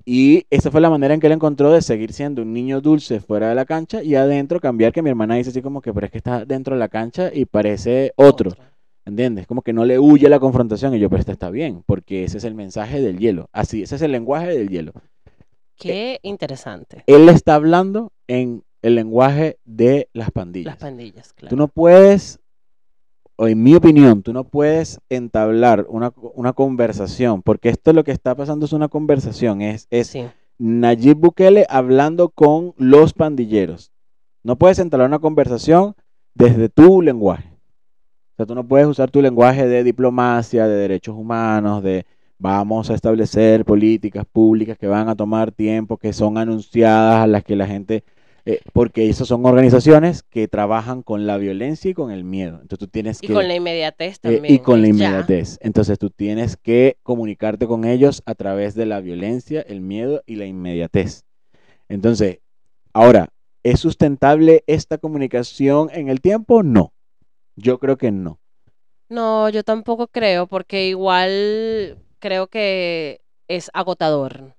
Y esa fue la manera en que él encontró de seguir siendo un niño dulce fuera de la cancha y adentro cambiar, que mi hermana dice así como que, pero es que está dentro de la cancha y parece otro, Otro. ¿entiendes? Como que no le huye a la confrontación y yo, pero este está bien, porque ese es el mensaje del hielo, así, ese es el lenguaje del hielo. Eh, Qué interesante. Él está hablando en el lenguaje de las Las pandillas. pandillas, Tú claro. no puedes, o en mi opinión, tú no puedes entablar una, una conversación, porque esto lo que está pasando es una conversación, es, es Sí. Nayib Bukele hablando con los pandilleros. No puedes entablar una conversación desde tu lenguaje. O sea, tú no puedes usar tu lenguaje de diplomacia, de derechos humanos, de vamos a establecer políticas públicas que van a tomar tiempo, que son anunciadas, a las que la gente, eh, porque esas son organizaciones que trabajan con la violencia y con el miedo. Entonces tú tienes Y con que, la inmediatez eh, y también. con la Es ya. inmediatez. Entonces tú tienes que comunicarte con ellos a través de la violencia, el miedo y la inmediatez. Entonces, ahora, ¿es sustentable esta comunicación en el tiempo? No, yo creo que no. No, yo tampoco creo, porque igual creo que es agotador.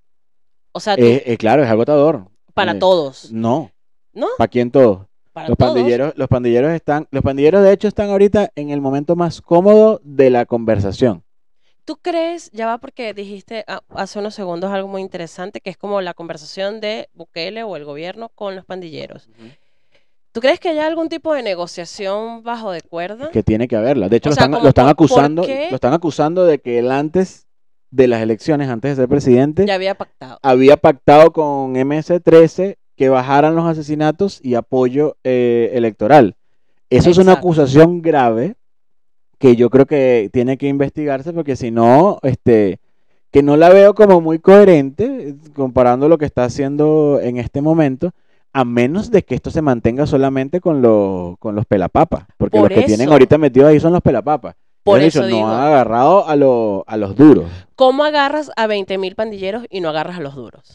O sea, tú, Eh, eh, claro, es agotador. para Eh, todos, no, ¿no? ¿para quién todos? Para Los todos. pandilleros, los pandilleros están, los pandilleros de hecho están ahorita en el momento más cómodo de la conversación. ¿Tú crees, ya va porque dijiste ah, hace unos segundos algo muy interesante, que es como la conversación de Bukele o el gobierno con los pandilleros? Ujú. ¿Tú crees que haya algún tipo de negociación bajo de Es cuerda? que tiene que haberla. De hecho, O lo sea, están, lo como están por, ¿por acusando, lo qué están acusando de que él antes de las elecciones, antes de ser presidente, ya había pactado? había pactado con M S trece que bajaran los asesinatos y apoyo eh, electoral. Eso es una Exacto. acusación grave que yo creo que tiene que investigarse porque si no, este, que no la veo como muy coherente eh, comparando lo que está haciendo en este momento, a menos de que esto se mantenga solamente con, los con los pelapapas, porque los Por que tienen eso, ahorita metidos ahí son los pelapapas. por Ellos han dicho, eso no han digo, agarrado a, lo- a los duros. ¿cómo agarras a veinte mil pandilleros y no agarras a los duros?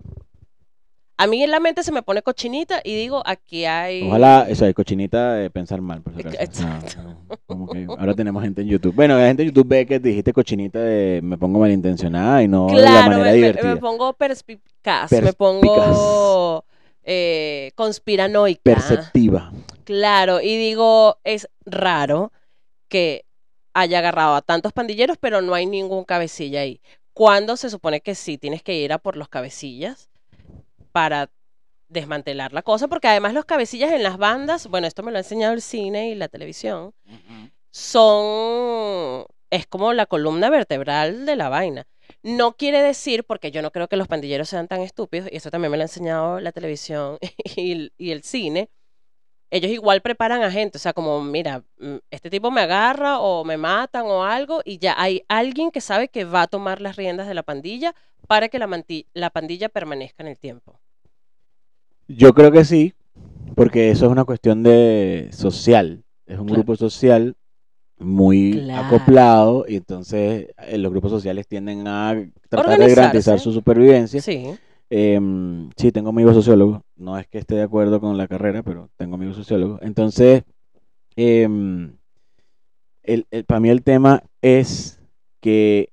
A mí en la mente se me pone cochinita y digo, aquí Ojalá, hay... eso es cochinita de pensar mal, por si acaso. O sea, Exacto. como que ahora tenemos gente en YouTube. Bueno, la gente en YouTube ve que dijiste cochinita de me pongo malintencionada y no de la Claro, manera me, me- me divertida. pongo perspicaz, me Perspicaz, pongo eh, conspiranoica. perceptiva. Claro, y digo, es raro que haya agarrado a tantos pandilleros, pero no hay ningún cabecilla ahí. Cuando se supone que sí tienes que ir a por los cabecillas para desmantelar la cosa, porque además los cabecillas en las bandas, bueno, esto me lo ha enseñado el cine y la televisión, Ujú. son, es como la columna vertebral de la vaina. No quiere decir, porque yo no creo que los pandilleros sean tan estúpidos, y eso también me lo ha enseñado la televisión y, el- y el cine, ellos igual preparan a gente, o sea, como, mira, mm, este tipo me agarra o me matan o algo, y ya hay alguien que sabe que va a tomar las riendas de la pandilla para que la, manti- la pandilla permanezca en el tiempo. Yo creo que sí, porque eso es una cuestión de social. Es un Claro. grupo social muy Claro. acoplado y entonces eh, los grupos sociales tienden a tratar de garantizar Organizarse, su supervivencia. sí. Em, sí, tengo amigos sociólogos. No es que esté de acuerdo con la carrera, pero tengo amigos sociólogos. Entonces, em, el, el- para mí el tema es que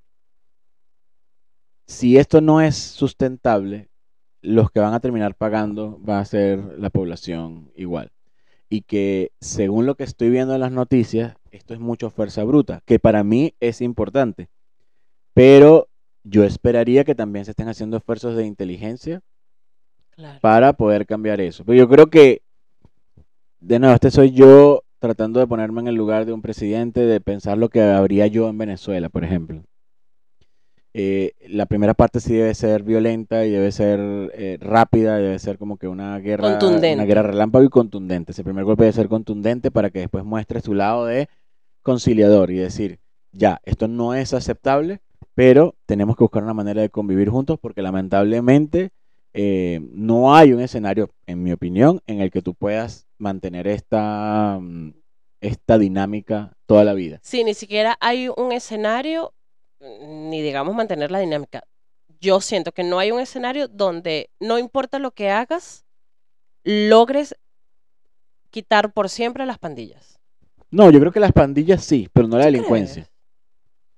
si esto no es sustentable, los que van a terminar pagando va a ser la población igual. Y que según lo que estoy viendo en las noticias, esto es mucho fuerza bruta, que para mí es importante, pero yo esperaría que también se estén haciendo esfuerzos de inteligencia Claro. para poder cambiar eso. Pero yo creo que, de nuevo, este soy yo tratando de ponerme en el lugar de un presidente, de pensar lo que habría yo en Venezuela, por ejemplo. Eh, la primera parte sí debe ser violenta y debe ser eh, rápida, y debe ser como que una guerra, una guerra Contundente. relámpago y contundente. Ese primer golpe debe ser contundente para que después muestre su lado de conciliador y decir, ya, esto no es aceptable, pero tenemos que buscar una manera de convivir juntos porque lamentablemente eh, no hay un escenario, en mi opinión, en el que tú puedas mantener esta, mm, esta dinámica toda la vida. Sí, ni siquiera hay un escenario, mm, ni digamos mantener la dinámica. Yo siento que no hay un escenario donde no importa lo que hagas, logres quitar por siempre a las pandillas. No, yo creo que las pandillas sí, pero no la ¿Tú delincuencia. crees?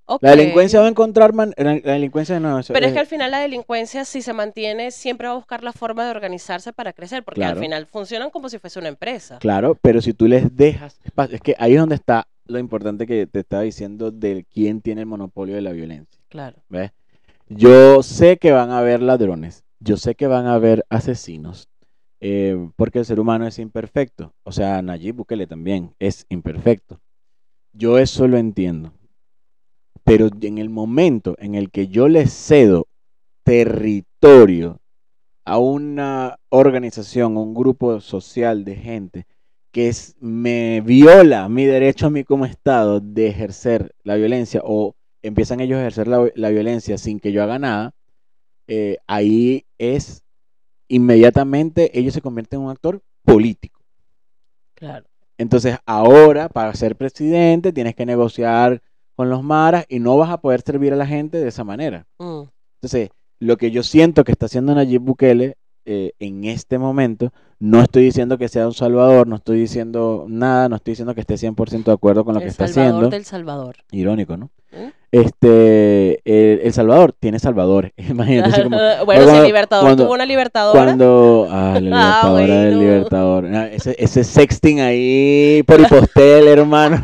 Ok. La delincuencia va a encontrar, man- la, la delincuencia no, eso Pero es que es- al final la delincuencia, si se mantiene, siempre va a buscar la forma de organizarse para crecer, porque al claro, final funcionan como si fuese una empresa. claro, pero si tú les dejas espacio, es que ahí es donde está lo importante que te estaba diciendo del quién tiene el monopolio de la violencia, Claro. ¿ves? Yo sé que van a haber ladrones, yo sé que van a haber asesinos, eh, porque el ser humano es imperfecto, o sea, Nayib Bukele también es imperfecto. Yo eso lo entiendo, pero en el momento en el que yo les cedo territorio a una organización, un grupo social de gente que es, me viola mi derecho a mí como Estado de ejercer la violencia o empiezan ellos a ejercer la, la violencia sin que yo haga nada, eh, ahí es inmediatamente ellos se convierten en un actor político. Claro. Entonces ahora para ser presidente tienes que negociar con los maras y no vas a poder servir a la gente de esa manera. Mm. Entonces, lo que yo siento que está haciendo Nayib Bukele eh, en este momento, no estoy diciendo que sea un salvador, no estoy diciendo nada, no estoy diciendo que esté cien por ciento de acuerdo con lo que El está Salvador haciendo. del Salvador. Irónico, ¿no? ¿Mm? Este, el, el Salvador tiene salvadores, imagínate. Así como, Bueno, si cuando, el Libertador cuando, tuvo una libertadora. cuando, ah, la Ah, libertadora del bueno. libertador, ah, ese, ese sexting ahí por hipostel, hermano.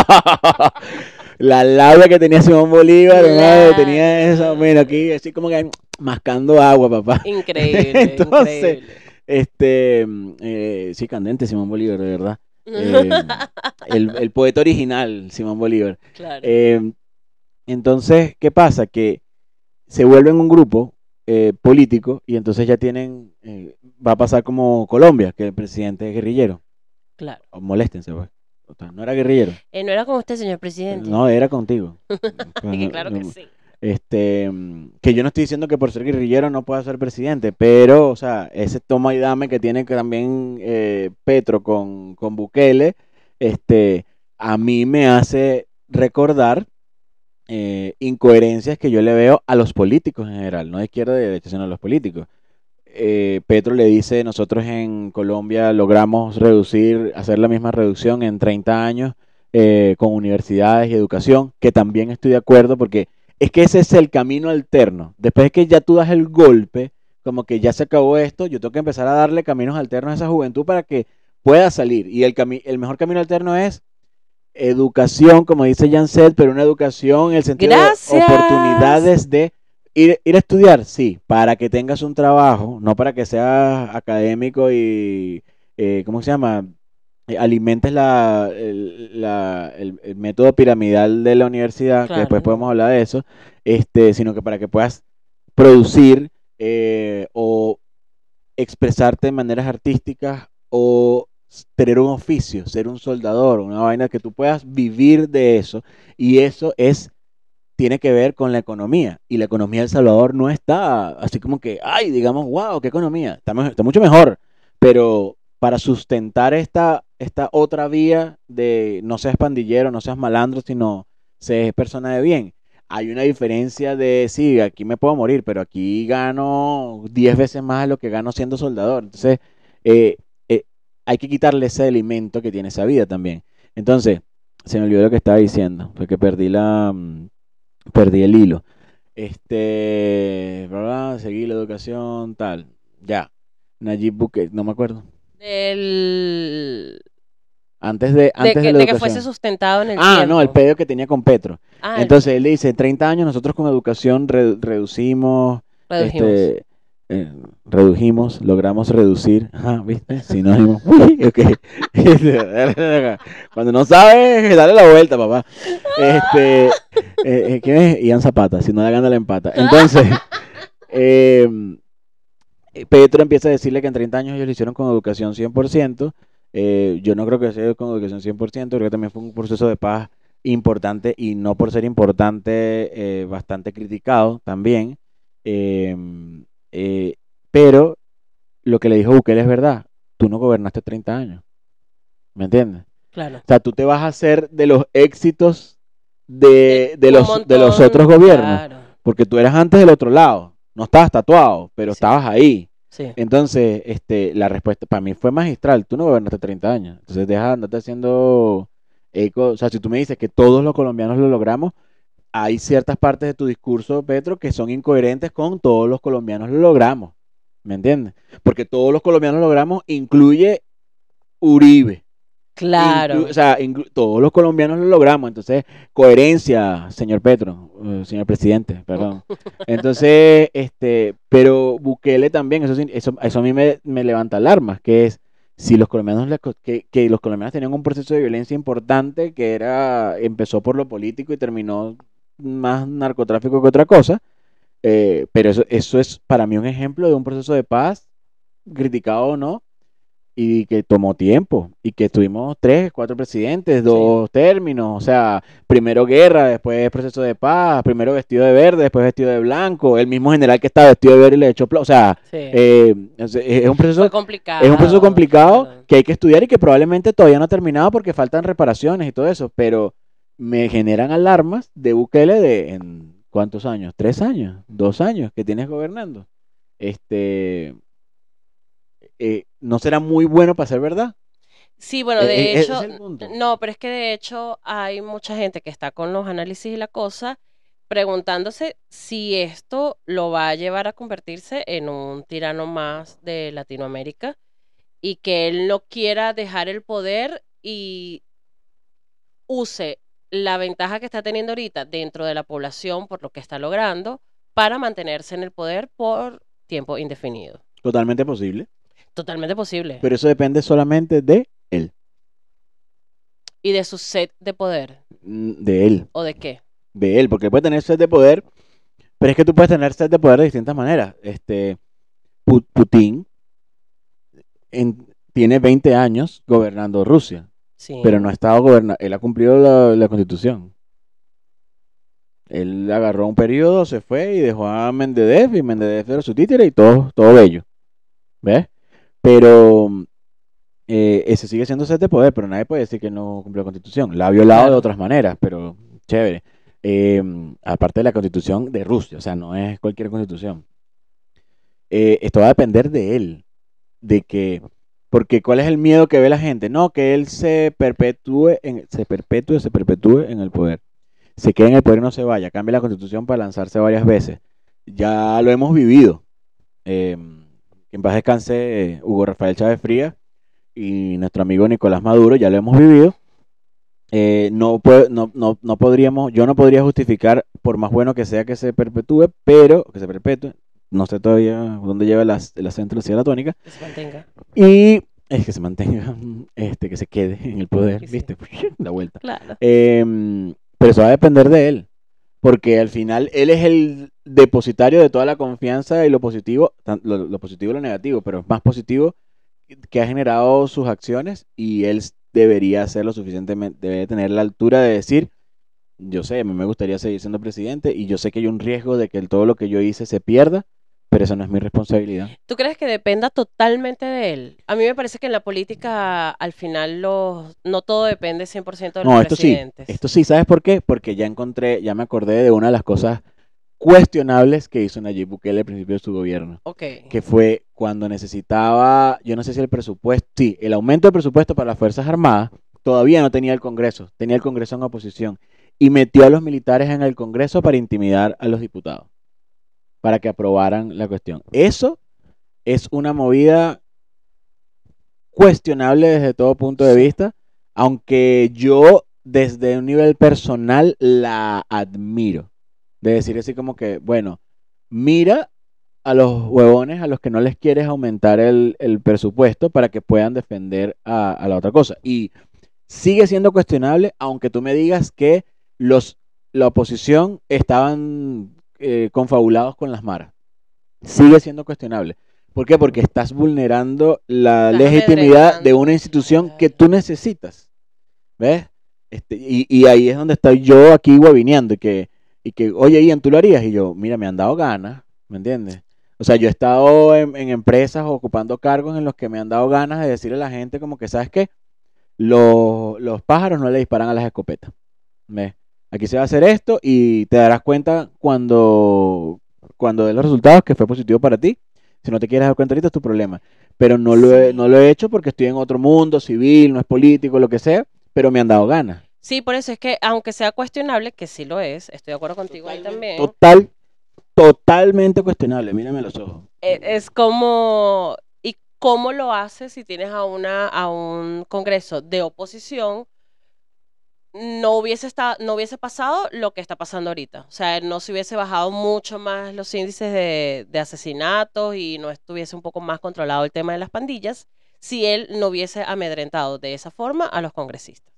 La labia que tenía Simón Bolívar, hermano, tenía eso, Claro. mira, aquí así como que mascando agua, papá. Increíble, Entonces, increíble. este, eh, sí, candente Simón Bolívar, de verdad. Eh, el, el poeta original, Simón Bolívar. Claro. Eh, entonces, ¿qué pasa? Que se vuelven un grupo eh, político y entonces ya tienen, eh, va a pasar como Colombia, que el presidente es guerrillero. Claro. O moléstense, pues. O sea, no era guerrillero. Eh, no era como usted, señor presidente. No, era contigo. Y que claro que sí. Este, que yo no estoy diciendo que por ser guerrillero no pueda ser presidente, pero, o sea, ese toma y dame que tiene que también eh, Petro con, con Bukele, este, a mí me hace recordar eh, incoherencias que yo le veo a los políticos en general, no de izquierda y de derecha, sino a los políticos. Eh, Petro le dice, nosotros en Colombia logramos reducir, hacer la misma reducción en treinta años eh, con universidades y educación, que también estoy de acuerdo porque es que ese es el camino alterno. Después que ya tú das el golpe, como que ya se acabó esto, yo tengo que empezar a darle caminos alternos a esa juventud para que pueda salir. Y el, cami el mejor camino alterno es educación, como dice Janset, pero una educación en el sentido Gracias. de oportunidades de ir, ir a estudiar, sí, para que tengas un trabajo, no para que seas académico y, eh, ¿cómo se llama? Eh, alimentes la, el, la, el, el método piramidal de la universidad, que después Claro, podemos no. hablar de eso, este, sino que para que puedas producir eh, o expresarte de maneras artísticas o tener un oficio, ser un soldador, una vaina que tú puedas vivir de eso. Y eso es, tiene que ver con la economía. Y la economía de El Salvador no está así como que, ay, digamos, wow, qué economía. Está, está mucho mejor. Pero para sustentar esta, esta otra vía de no seas pandillero, no seas malandro, sino seas persona de bien. Hay una diferencia de, sí, aquí me puedo morir, pero aquí gano diez veces más de lo que gano siendo soldador. Entonces, eh, eh, hay que quitarle ese alimento que tiene esa vida también. Entonces, se me olvidó lo que estaba diciendo, fue que perdí la mm, perdí el hilo. Este, ¿verdad? Seguí la educación, tal. Ya. Nayib Bukele, no me acuerdo. Del... Antes de, De antes de que, la de que fuese educación. sustentado en el Ah, no, el tiempo. pedo que tenía con Petro. Ah, el Entonces él dice, en treinta años nosotros con educación re- reducimos, redujimos. este, eh, redujimos, logramos reducir, ajá, ¿viste? Sinónimo. Uy, ok. Cuando no sabes, dale la vuelta, papá. Este, eh, eh, ¿quién es? Ian Zapata, si no da gana la empata. Entonces, eh, Petro empieza a decirle que en treinta años ellos lo hicieron con educación cien por ciento. Eh, yo no creo que sea con educación cien por ciento, creo que también fue un proceso de paz importante y no por ser importante, eh, bastante criticado también. Eh, eh, pero lo que le dijo Bukele es verdad, tú no gobernaste treinta años, ¿me entiendes? Claro. O sea, tú te vas a hacer de los éxitos de, de, Un los, montón, de los otros gobiernos, claro. porque tú eras antes del otro lado, no estabas tatuado, pero Sí. estabas ahí. Sí. Entonces, este, la respuesta para mí fue magistral. Tú no gobernaste treinta años. Entonces, deja de andarte haciendo eco. O sea, si tú me dices que todos los colombianos lo logramos, hay ciertas partes de tu discurso, Petro, que son incoherentes con todos los colombianos lo logramos, ¿me entiendes? Porque todos los colombianos lo logramos incluye Uribe. Inclu- o Claro. sea, inclu- todos los colombianos lo logramos. Entonces, coherencia, señor Petro, eh, señor presidente, perdón. Entonces, este, pero Bukele también, eso, sí- eso, eso a mí me, me levanta alarmas, que es si los colombianos le co- que, que los colombianos tenían un proceso de violencia importante que era, empezó por lo político y terminó más narcotráfico que otra cosa. Eh, pero eso, eso es para mí un ejemplo de un proceso de paz, criticado o no, y que tomó tiempo, y que tuvimos tres, cuatro presidentes, Sí, dos términos, o sea, primero guerra, después proceso de paz, primero vestido de verde, después vestido de blanco, el mismo general que estaba vestido de verde y le echó, plo- o sea, sí. eh, es es un Fue proceso, es un proceso complicado, complicado claro. que hay que estudiar y que probablemente todavía no ha terminado porque faltan reparaciones y todo eso, pero me generan alarmas de Bukele de en ¿cuántos años? ¿Tres años? ¿Dos años que tienes gobernando? Este, eh, ¿no será muy bueno para ser verdad? Sí, bueno, Eh, de eh, ese es hecho, el n- punto. no, pero es que de hecho hay mucha gente que está con los análisis y la cosa preguntándose si esto lo va a llevar a convertirse en un tirano más de Latinoamérica y que él no quiera dejar el poder y use la ventaja que está teniendo ahorita dentro de la población por lo que está logrando para mantenerse en el poder por tiempo indefinido. Totalmente posible. Totalmente posible. Pero eso depende solamente de él. Y de su sed de poder. Mm, De él. ¿O de qué? De él. Porque puede tener sed de poder. Pero es que tú puedes tener sed de poder de distintas maneras. Este, Pu- Putin en- tiene veinte años gobernando Rusia. Sí. Pero no ha estado gobernando. Él ha cumplido la, la constitución. Él agarró un periodo, se fue y dejó a Medvedev. Y Medvedev era su títere y todo, todo bello. ¿Ves? Pero eh, ese sigue siendo set de poder, pero nadie puede decir que no cumplió la constitución. La ha violado de Claro. otras maneras, pero chévere. Eh, aparte de la constitución de Rusia, o sea, no es cualquier constitución. Eh, esto va a depender de él, de que, porque ¿cuál es el miedo que ve la gente? No, que él se perpetúe, en, se perpetúe, se perpetúe en el poder. Se quede en el poder y no se vaya, cambie la constitución para lanzarse varias veces. Ya lo hemos vivido. Eh, que en paz descanse eh, Hugo Rafael Chávez Frías y nuestro amigo Nicolás Maduro, ya lo hemos vivido. Eh, no, puede- no, no, no podríamos, yo no podría justificar, por más bueno que sea que se perpetúe, pero que se perpetúe, no sé todavía dónde lleva las, el acento de la silla tónica, Que se mantenga. y es que se mantenga, este, que se quede en el poder, Sí, sí. ¿viste? La vuelta. Claro. Em, pero eso va a depender de él, porque al final él es el depositario de toda la confianza y lo positivo, tan- lo, lo positivo y lo negativo, pero es más positivo que ha generado sus acciones y él debería ser lo suficientemente, debe tener la altura de decir, yo sé, a mí me gustaría seguir siendo presidente y yo sé que hay un riesgo de que el- todo lo que yo hice se pierda, pero esa no es mi responsabilidad. ¿Tú crees que dependa totalmente de él? A mí me parece que en la política al final los, no todo depende cien por ciento de los No, esto sí, presidentes. esto sí, ¿sabes por qué? Porque ya encontré, ya me acordé de una de las cosas cuestionables que hizo Nayib Bukele al principio de su gobierno, Ok. que fue cuando necesitaba, yo no sé si el presupuesto, sí, el aumento de presupuesto para las Fuerzas Armadas, todavía no tenía el Congreso, tenía el Congreso en oposición, y metió a los militares en el Congreso para intimidar a los diputados, para que aprobaran la cuestión. Eso es una movida cuestionable desde todo punto de Sí. vista, aunque yo desde un nivel personal la admiro. De decir así como que, bueno, mira a los huevones a los que no les quieres aumentar el, el presupuesto para que puedan defender a, a la otra cosa. Y sigue siendo cuestionable, aunque tú me digas que los, la oposición estaban eh, confabulados con las maras. Sigue siendo cuestionable. ¿Por qué? Porque estás vulnerando la Estás legitimidad de amedrentando. una institución que Claro. tú necesitas. ¿Ves? Este, y, y ahí es donde estoy yo aquí guabineando y que, y que, oye, Ian, ¿tú lo harías? Y yo, mira, me han dado ganas, ¿me entiendes? O sea, yo he estado en, en empresas ocupando cargos en los que me han dado ganas de decirle a la gente como que, ¿sabes qué? Los, los pájaros no le disparan a las escopetas. ¿Ves? Aquí se va a hacer esto y te darás cuenta cuando, cuando des los resultados que fue positivo para ti. Si no te quieres dar cuenta ahorita es tu problema. Pero no lo he, no Sí. lo he hecho porque estoy en otro mundo civil, no es político, lo que sea, pero me han dado ganas. Sí, por eso es que, aunque sea cuestionable, que sí lo es, estoy de acuerdo contigo ahí también, Total, totalmente cuestionable, mírame los ojos. e- es como, ¿y cómo lo haces si tienes a una, a un congreso de oposición? No hubiese estado, no hubiese pasado lo que está pasando ahorita. O sea, no se hubiese bajado mucho más los índices de, de asesinatos y no estuviese un poco más controlado el tema de las pandillas si él no hubiese amedrentado de esa forma a los congresistas.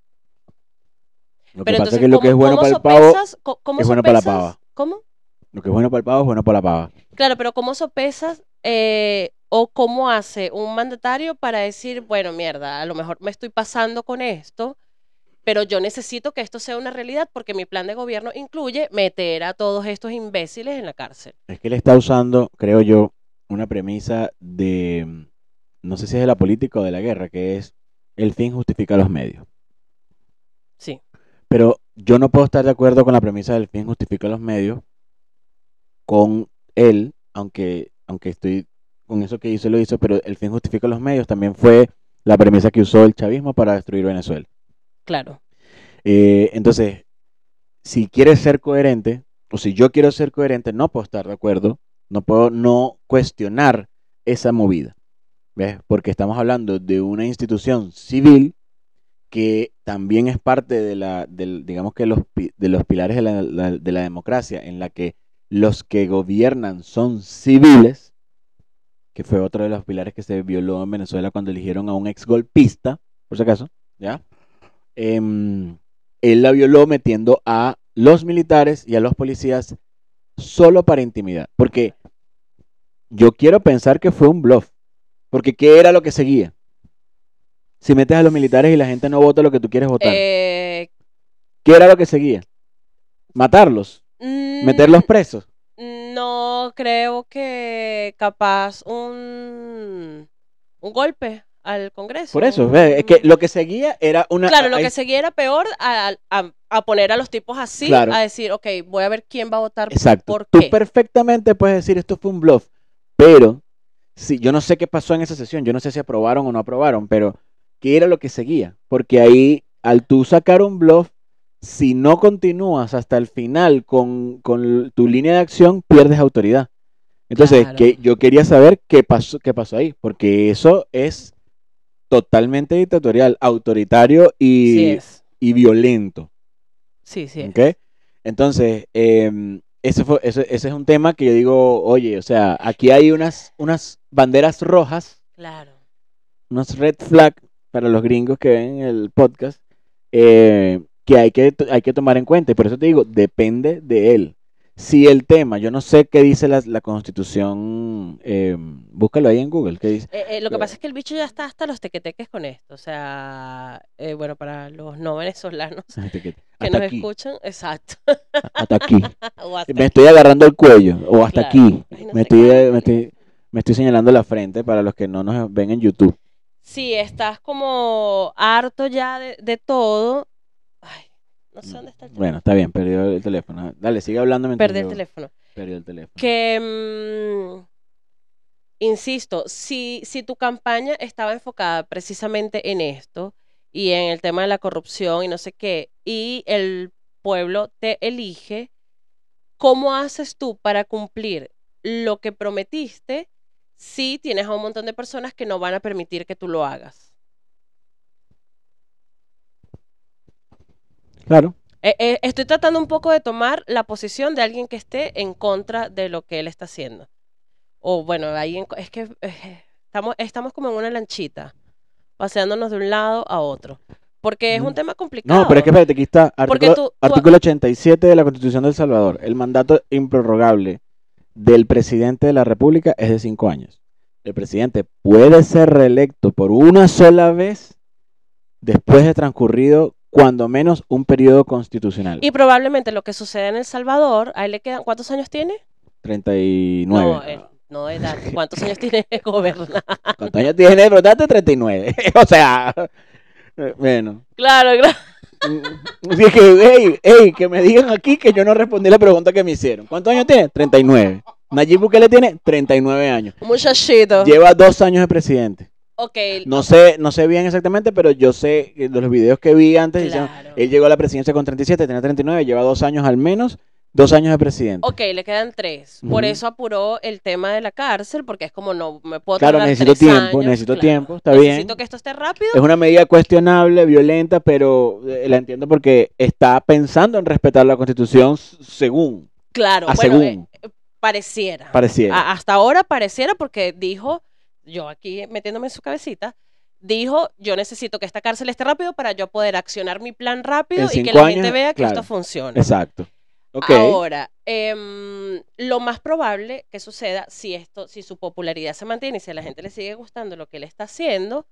Lo que Pero pasa es entonces, que lo que ¿cómo, es bueno cómo para el pavo sopesas? co- ¿Cómo es bueno para la sopesas? pava. ¿Cómo? Lo que es bueno para el pavo es bueno para la pava. Claro, pero ¿cómo sopesas eh, o cómo hace un mandatario para decir, bueno, mierda, a lo mejor me estoy pasando con esto, pero yo necesito que esto sea una realidad porque mi plan de gobierno incluye meter a todos estos imbéciles en la cárcel? Es que él está usando, creo yo, una premisa de, no sé si es de la política o de la guerra, que es el fin justifica los medios. Sí, Pero yo no puedo estar de acuerdo con la premisa del fin justifica los medios con él, aunque, aunque estoy con eso que hizo, lo hizo, pero el fin justifica los medios también fue la premisa que usó el chavismo para destruir Venezuela. claro. Eh, entonces, si quieres ser coherente, o si yo quiero ser coherente, no puedo estar de acuerdo, no puedo no cuestionar esa movida, ¿ves? Porque estamos hablando de una institución civil que también es parte de la, del, digamos que los, de los pilares de la, la, de la democracia, en la que los que gobiernan son civiles, que fue otro de los pilares que se violó en Venezuela cuando eligieron a un ex golpista, por si acaso, ¿ya? Eh, él la violó metiendo a los militares y a los policías solo para intimidar, porque yo quiero pensar que fue un bluff, porque ¿qué era lo que seguía? Si metes a los militares y la gente no vota lo que tú quieres votar, Eh, ¿qué era lo que seguía? Matarlos, mm, meterlos presos. no creo que capaz un, un golpe al Congreso. Por eso, ¿ves? Es que un- lo que seguía era una... Claro, lo ahí- que seguía era peor a, a- a poner a los tipos así, Claro. a decir, ok, voy a ver quién va a votar Exacto. por Tú qué. perfectamente puedes decir esto fue un bluff, pero si yo no sé qué pasó en esa sesión, yo no sé si aprobaron o no aprobaron, pero ¿qué era lo que seguía? Porque ahí, al tú sacar un bluff, si no continúas hasta el final con, con tu línea de acción, pierdes autoridad. Entonces, Claro. que yo quería saber qué pasó, qué pasó ahí, porque eso es totalmente dictatorial, autoritario y, Sí es. y violento. Sí, sí es. ¿Ok? Entonces, eh, ese, fue, ese, ese es un tema que yo digo, oye, o sea, aquí hay unas, unas banderas rojas, Claro. unos red flag para los gringos que ven el podcast, eh, que, hay que hay que tomar en cuenta. Y por eso te digo, depende de él. Si el tema, yo no sé qué dice la, la constitución, eh, búscalo ahí en Google, ¿qué dice? Eh, eh, lo que pasa es que el bicho ya está hasta los tequeteques con esto. O sea, eh, bueno, para los no venezolanos Hasta que hasta nos aquí, escuchan, exacto. hasta aquí. O hasta Me aquí. estoy agarrando el cuello, o hasta Claro. aquí. Ay, no Me sé estoy, cuál. me estoy, me estoy señalando la frente para los que no nos ven en YouTube. Si estás como harto ya de, de todo. Ay, no sé dónde está el teléfono. Bueno, está bien, perdió el teléfono. Dale, sigue hablando mientras Perdí el yo- teléfono. Perdió el teléfono. Que, mm, insisto, si, si tu campaña estaba enfocada precisamente en esto y en el tema de la corrupción y no sé qué, y el pueblo te elige, ¿cómo haces tú para cumplir lo que prometiste si tienes a un montón de personas que no van a permitir que tú lo hagas? Claro. Eh, eh, estoy tratando un poco de tomar la posición de alguien que esté en contra de lo que él está haciendo. O bueno, ahí en- es que eh, estamos, estamos como en una lanchita, paseándonos de un lado a otro. Porque es un Ujú. tema complicado. No, pero es que espérate, aquí está, Porque artículo, tú- tú- artículo ochenta y siete de la Constitución de El Salvador. El mandato improrrogable del presidente de la República es de cinco años. El presidente puede ser reelecto por una sola vez después de transcurrido cuando menos un periodo constitucional. Y probablemente lo que sucede en El Salvador, a él le quedan, ¿cuántos años tiene? treinta y nueve. No, él- no de edad. ¿Cuántos años tiene de gobernar? ¿Cuántos años tiene? Pero date treinta y nueve. O sea, eh, bueno. Claro, claro. Así que, hey, hey, que me digan aquí que yo no respondí la pregunta que me hicieron. ¿Cuántos años tiene? treinta y nueve. Nayib Bukele tiene treinta y nueve años. Un muchachito. Lleva dos años de presidente. Ok, No sé, no sé bien exactamente, pero yo sé que de los videos que vi antes, decían, claro. él llegó a la presidencia con treinta y siete, tenía treinta y nueve, lleva dos años al menos, dos años de presidente. Ok, le quedan tres. Por Ujú. eso apuró el tema de la cárcel, porque es como no me puedo Claro, tardar necesito tres tiempo, años. necesito Claro. tiempo, está Necesito bien. que esto esté rápido. Es una medida cuestionable, violenta, pero eh, la entiendo porque está pensando en respetar la Constitución s- según, Claro, a bueno, eh, según, eh, pareciera. pareciera. A- hasta ahora pareciera porque dijo, yo aquí metiéndome en su cabecita, dijo, yo necesito que esta cárcel esté rápido para yo poder accionar mi plan En rápido y que cinco la gente años, vea que esto claro, funciona. exacto. Ok, Ahora, em, lo más probable que suceda si esto, si su popularidad se mantiene y si a la gente le sigue gustando lo que él está haciendo,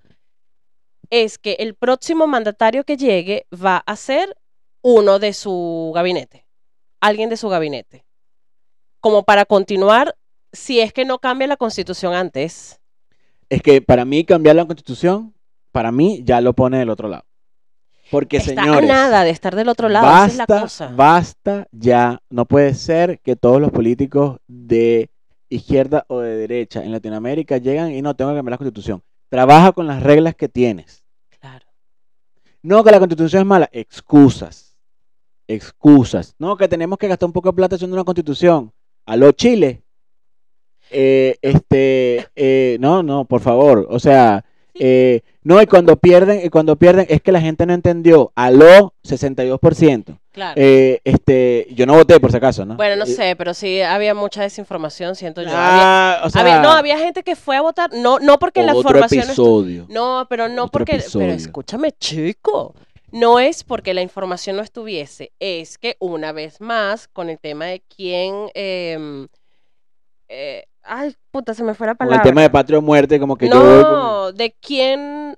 es que el próximo mandatario que llegue va a ser uno de su gabinete, alguien de su gabinete, como para continuar si es que no cambia la constitución antes. es que para mí cambiar la Constitución, para mí ya lo pone del otro lado. Porque Está a señores, nada de estar del otro lado, esa es la basta, cosa. basta ya. No puede ser que todos los políticos de izquierda o de derecha en Latinoamérica llegan y no tengo que cambiar la Constitución. Trabaja con las reglas que tienes. Claro. No que la Constitución es mala, excusas, excusas. No que tenemos que gastar un poco de plata haciendo una Constitución. Aló Chile. Eh, este, eh, no, no, por favor. O sea, Sí, eh, no, y cuando pierden, y cuando pierden es que la gente no entendió. Aló, sesenta y dos por ciento. claro. Eh, este, yo no voté por si acaso, ¿no? Bueno, no Eh, sé, pero sí había mucha desinformación, siento yo. Había, ah, o sea, había, no, había gente que fue a votar, no, no porque la otro información no estu- episodio, no, pero no otro porque, pero episodio. escúchame, chico, no es porque la información no estuviese, es que una vez más, con el tema de quién, em, eh, ay, puta, se me fue la Con el tema de palabra. patria o muerte, como que yo voy con el- No, de quién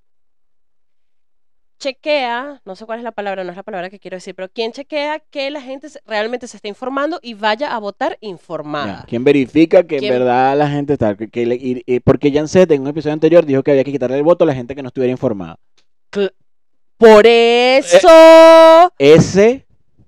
chequea, no sé cuál es la palabra, no es la palabra que quiero decir, pero quién chequea que la gente se- realmente se está informando y vaya a votar Ya, informada. ¿quién verifica que en ¿Quién? verdad la gente está? Que, que le- y- y- porque Janset en un episodio anterior dijo que había que quitarle el voto a la gente que no estuviera informada. Cl- Por eso. S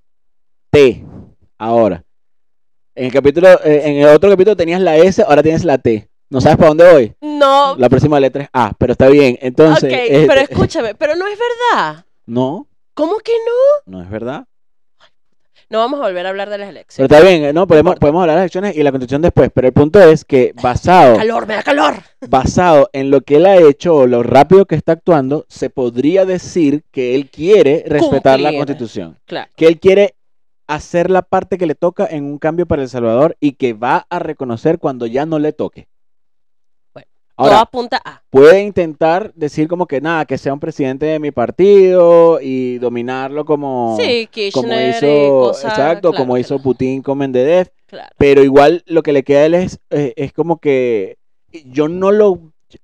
T. Ahora. En el capítulo, eh, en el otro capítulo tenías la S, ahora tienes la T. ¿No sabes para dónde voy? No. La próxima letra es A, pero está bien. Entonces, Ok, este, pero escúchame, pero no es verdad. no, ¿Cómo que no? no es verdad. No vamos a volver a hablar de las Pero elecciones. está bien, eh, no, podemos, importa. podemos hablar de las elecciones y la constitución después, pero el punto es que basado, Calor, me da calor. basado en lo que él ha hecho o lo rápido que está actuando, se podría decir que él quiere respetar la Cumplir. constitución, Claro. que él quiere hacer la parte que le toca en un cambio para El Salvador y que va a reconocer cuando ya no le toque. Bueno, todo Ahora, apunta a. puede intentar decir como que nada, que sea un presidente de mi partido y dominarlo como, Sí, como Kirchner y hizo, cosas. exacto, Claro, como que hizo no. Putin con Medvedev, Claro. pero igual lo que le queda a él es, eh, es como que yo no lo,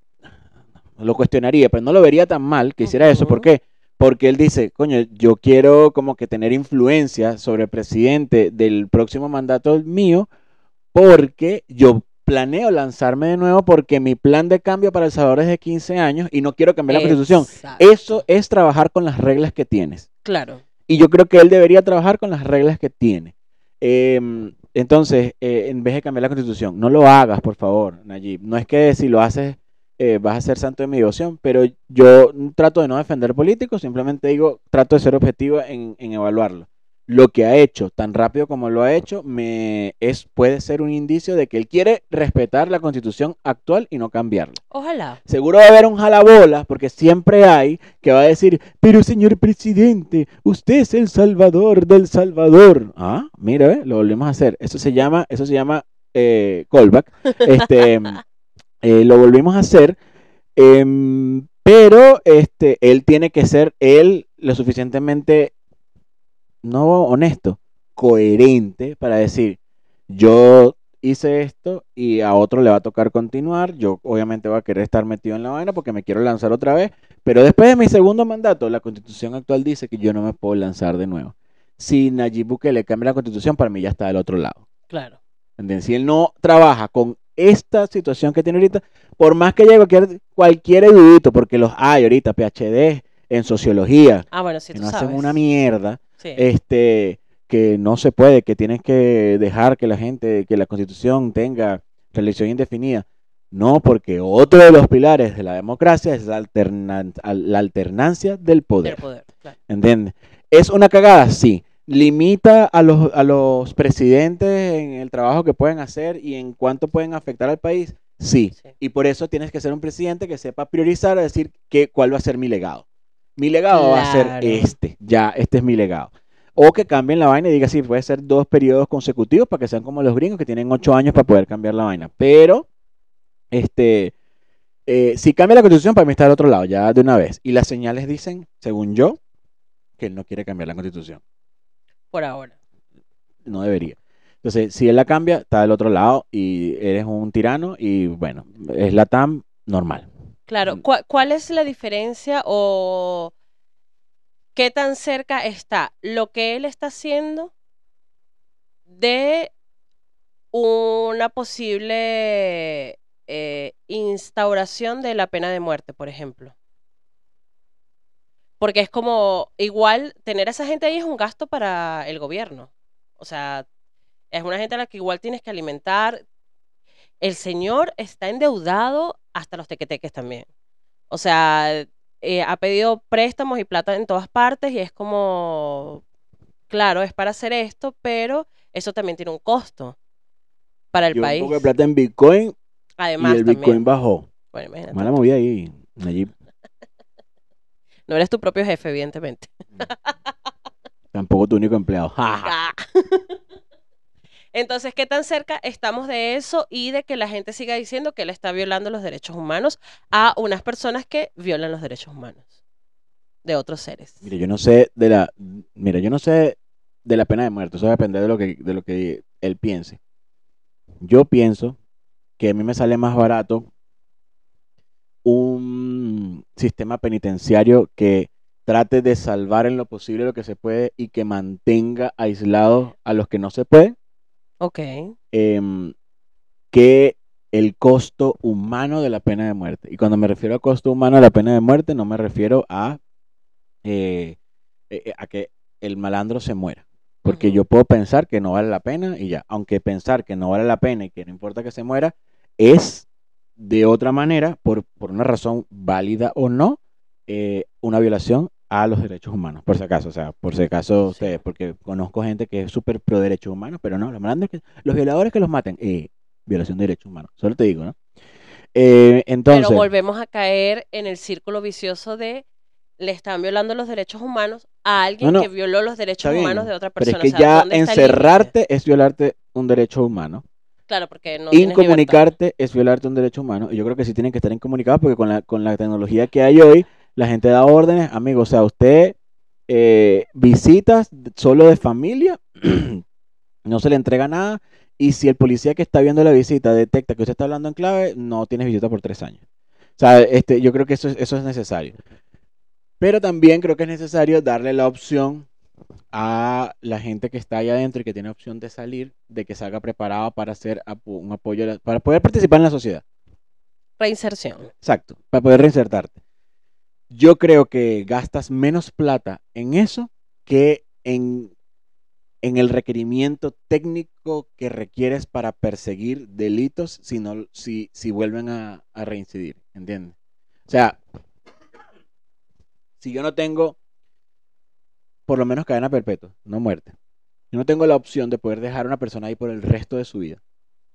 lo cuestionaría, pero no lo vería tan mal que hiciera eso. ¿Por Ujú. qué? Porque él dice, coño, yo quiero como que tener influencia sobre el presidente del próximo mandato mío porque yo planeo lanzarme de nuevo porque mi plan de cambio para El Salvador es de quince años y no quiero cambiar la constitución. Exacto. Eso es trabajar con las reglas que tienes. Claro. Y yo creo que él debería trabajar con las reglas que tiene. Eh, entonces, eh, en vez de cambiar la constitución, no lo hagas, por favor, Nayib. No es que si lo haces eh, vas a ser santo de mi devoción, pero yo trato de no defender políticos, simplemente digo, trato de ser objetivo en, en evaluarlo. Lo que ha hecho, tan rápido como lo ha hecho, me es, puede ser un indicio de que él quiere respetar la constitución actual y no cambiarla. Ojalá. Seguro va a haber un jalabolas, porque siempre hay, que va a decir, pero señor presidente, usted es el salvador del Salvador. Ah, mira, ¿eh? Lo volvemos a hacer. Eso se llama, eso se llama eh, callback. Este, eh, lo volvimos a hacer, eh, pero este, él tiene que ser él lo suficientemente, no honesto, coherente para decir, yo hice esto y a otro le va a tocar continuar, yo obviamente voy a querer estar metido en la vaina porque me quiero lanzar otra vez, pero después de mi segundo mandato, la constitución actual dice que yo no me puedo lanzar de nuevo. Si Nayib Bukele cambia la constitución, para mí ya está del otro lado. Claro. ¿Entiendes? Si él no trabaja con esta situación que tiene ahorita, por más que llegue cualquier, cualquier erudito, porque los hay ahorita, P H D en sociología, Ah, bueno, sí, que tú no sabes. hacen una mierda, Sí. este, que no se puede, que tienes que dejar que la gente, que la constitución tenga reelección indefinida. No, porque otro de los pilares de la democracia es la, alterna- la alternancia del Del poder. poder, claro. ¿Entiendes? ¿Es una cagada? Sí. ¿Limita a los, a los presidentes en el trabajo que pueden hacer y en cuánto pueden afectar al país? Sí. Sí. Y por eso tienes que ser un presidente que sepa priorizar, a decir que, cuál va a ser mi legado. Mi legado va a ser Claro. este, ya, este es mi legado. O que cambien la vaina y diga, sí, puede ser dos periodos consecutivos para que sean como los gringos que tienen ocho años para poder cambiar la vaina. Pero, este, eh, si cambia la constitución, para mí está al otro lado, ya de una vez. Y las señales dicen, según yo, que él no quiere cambiar la constitución. Por ahora. No debería. Entonces, si él la cambia, está del otro lado y eres un tirano y bueno, es la T A M normal. Claro. ¿Cuál, cuál es la diferencia o qué tan cerca está lo que él está haciendo de una posible eh, instauración de la pena de muerte, por ejemplo? Porque es como, igual, tener a esa gente ahí es un gasto para el gobierno. O sea, es una gente a la que igual tienes que alimentar. El señor está endeudado hasta los tequeteques también. O sea, eh, ha pedido préstamos y plata en todas partes y es como, claro, es para hacer esto, pero eso también tiene un costo para el Dio un poco de país. plata en Bitcoin y Además, el Bitcoin también. bajó. Bueno, imagínate Mala tú. movida ahí, Nayib. No eres tu propio jefe, evidentemente. Tampoco tu único empleado. Ja, ja. Ah. Entonces, ¿qué tan cerca estamos de eso y de que la gente siga diciendo que él está violando los derechos humanos a unas personas que violan los derechos humanos de otros seres? Mira, yo no sé de la, mira, yo no sé de la pena de muerte. Eso va a depender de lo que, de lo que él piense. Yo pienso que a mí me sale más barato un sistema penitenciario que trate de salvar en lo posible lo que se puede y que mantenga aislados a los que no se puede, Ok. em, que el costo humano de la pena de muerte. Y cuando me refiero a costo humano de la pena de muerte, no me refiero a, eh, eh, a que el malandro se muera. Porque Ujú. yo puedo pensar que no vale la pena y ya. Aunque pensar que no vale la pena y que no importa que se muera, es de otra manera, por, por una razón válida o no, eh, una violación a los derechos humanos, por si acaso, o sea, por si acaso Sí. ustedes, porque conozco gente que es súper pro derechos humanos, pero no, los malandros que, los violadores que los maten, eh, violación de derechos humanos, solo te digo, ¿no? Eh, Pero entonces, volvemos a caer en el círculo vicioso de le están violando los derechos humanos a no, alguien no, que violó los está derechos humanos bien, de otra pero es persona. O que sea, ya ¿dónde está el límite? encerrarte es violarte un derecho humano. Claro, porque no tienes libertad. Incomunicarte es violarte un derecho humano. Y yo creo que sí tienen que estar incomunicados porque con la, con la tecnología que hay hoy, la gente da órdenes. Amigo, o sea, usted eh, visitas solo de familia, no se le entrega nada. Y si el policía que está viendo la visita detecta que usted está hablando en clave, no tienes visita por tres años. O sea, este, yo creo que eso es, eso es necesario. Pero también creo que es necesario darle la opción a la gente que está allá adentro y que tiene opción de salir, de que salga preparado para hacer apo- un apoyo, a la- para poder participar en la sociedad. Reinserción. Exacto, para poder reinsertarte. Yo creo que gastas menos plata en eso que en, en el requerimiento técnico que requieres para perseguir delitos si, no, si, si vuelven a, a reincidir, ¿entiendes? O sea, si yo no tengo por lo menos cadena perpetua, no muerte, yo no tengo la opción de poder dejar a una persona ahí por el resto de su vida.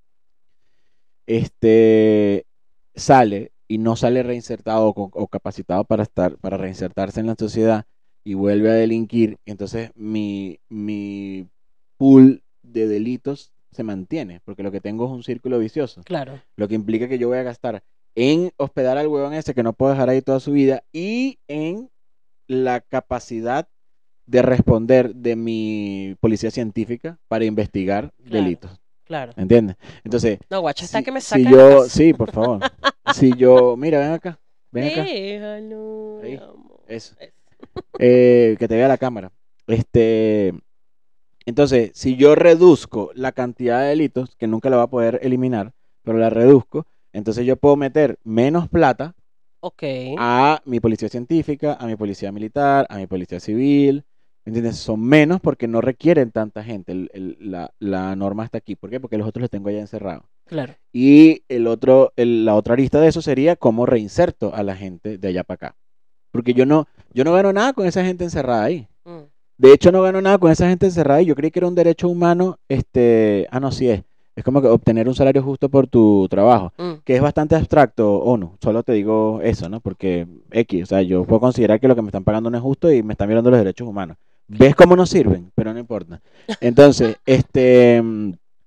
Este sale y no sale reinsertado o, o capacitado para estar, para reinsertarse en la sociedad y vuelve a delinquir, entonces mi, mi pool de delitos se mantiene, porque lo que tengo es un círculo vicioso, Claro. lo que implica que yo voy a gastar en hospedar al huevón ese que no puedo dejar ahí toda su vida y en la capacidad de responder de mi policía científica para investigar Claro. delitos. Claro. ¿Entiendes? Entonces, No, guacho, está si, que me si saca de la yo, casa. sí, por favor. Si yo, mira, ven acá, ven acá, Déjalo, mi ahí, amor. eso. Eso. Eh, que te vea la cámara. Este, entonces, si yo reduzco la cantidad de delitos, que nunca la va a poder eliminar, pero la reduzco, entonces yo puedo meter menos plata Ok. a mi policía científica, a mi policía militar, a mi policía civil. ¿Entiendes? Son menos porque no requieren tanta gente. El- el- la, la norma está aquí. ¿Por qué? Porque los otros los tengo allá encerrados. Claro. Y el otro, el- la otra arista de eso sería cómo reinserto a la gente de allá para acá. Porque yo no, yo no gano nada con esa gente encerrada ahí. Mm, De hecho, no gano nada con esa gente encerrada y yo creí que era un derecho humano, este, ah, no, sí es. Es como que obtener un salario justo por tu trabajo, mm, que es bastante abstracto, o no, solo te digo eso, ¿no? Porque X, o sea, yo puedo considerar que lo que me están pagando no es justo y me están violando los derechos humanos. ¿Ves claro. cómo no sirven? Pero no importa. Entonces, este, mm,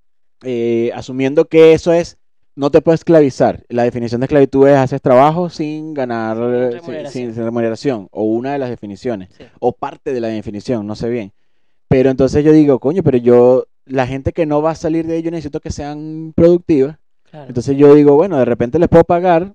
eh, asumiendo que eso es, no te puedes esclavizar. La definición de esclavitud es haces trabajo sin ganar, Sin eh, sin, remuneración. sin remuneración, o una de las definiciones, Sí. o parte de la definición, no sé bien. Pero entonces yo digo, coño, pero yo, la gente que no va a salir de ello necesito que sean productivas. Claro. Entonces yo digo, bueno, de repente les puedo pagar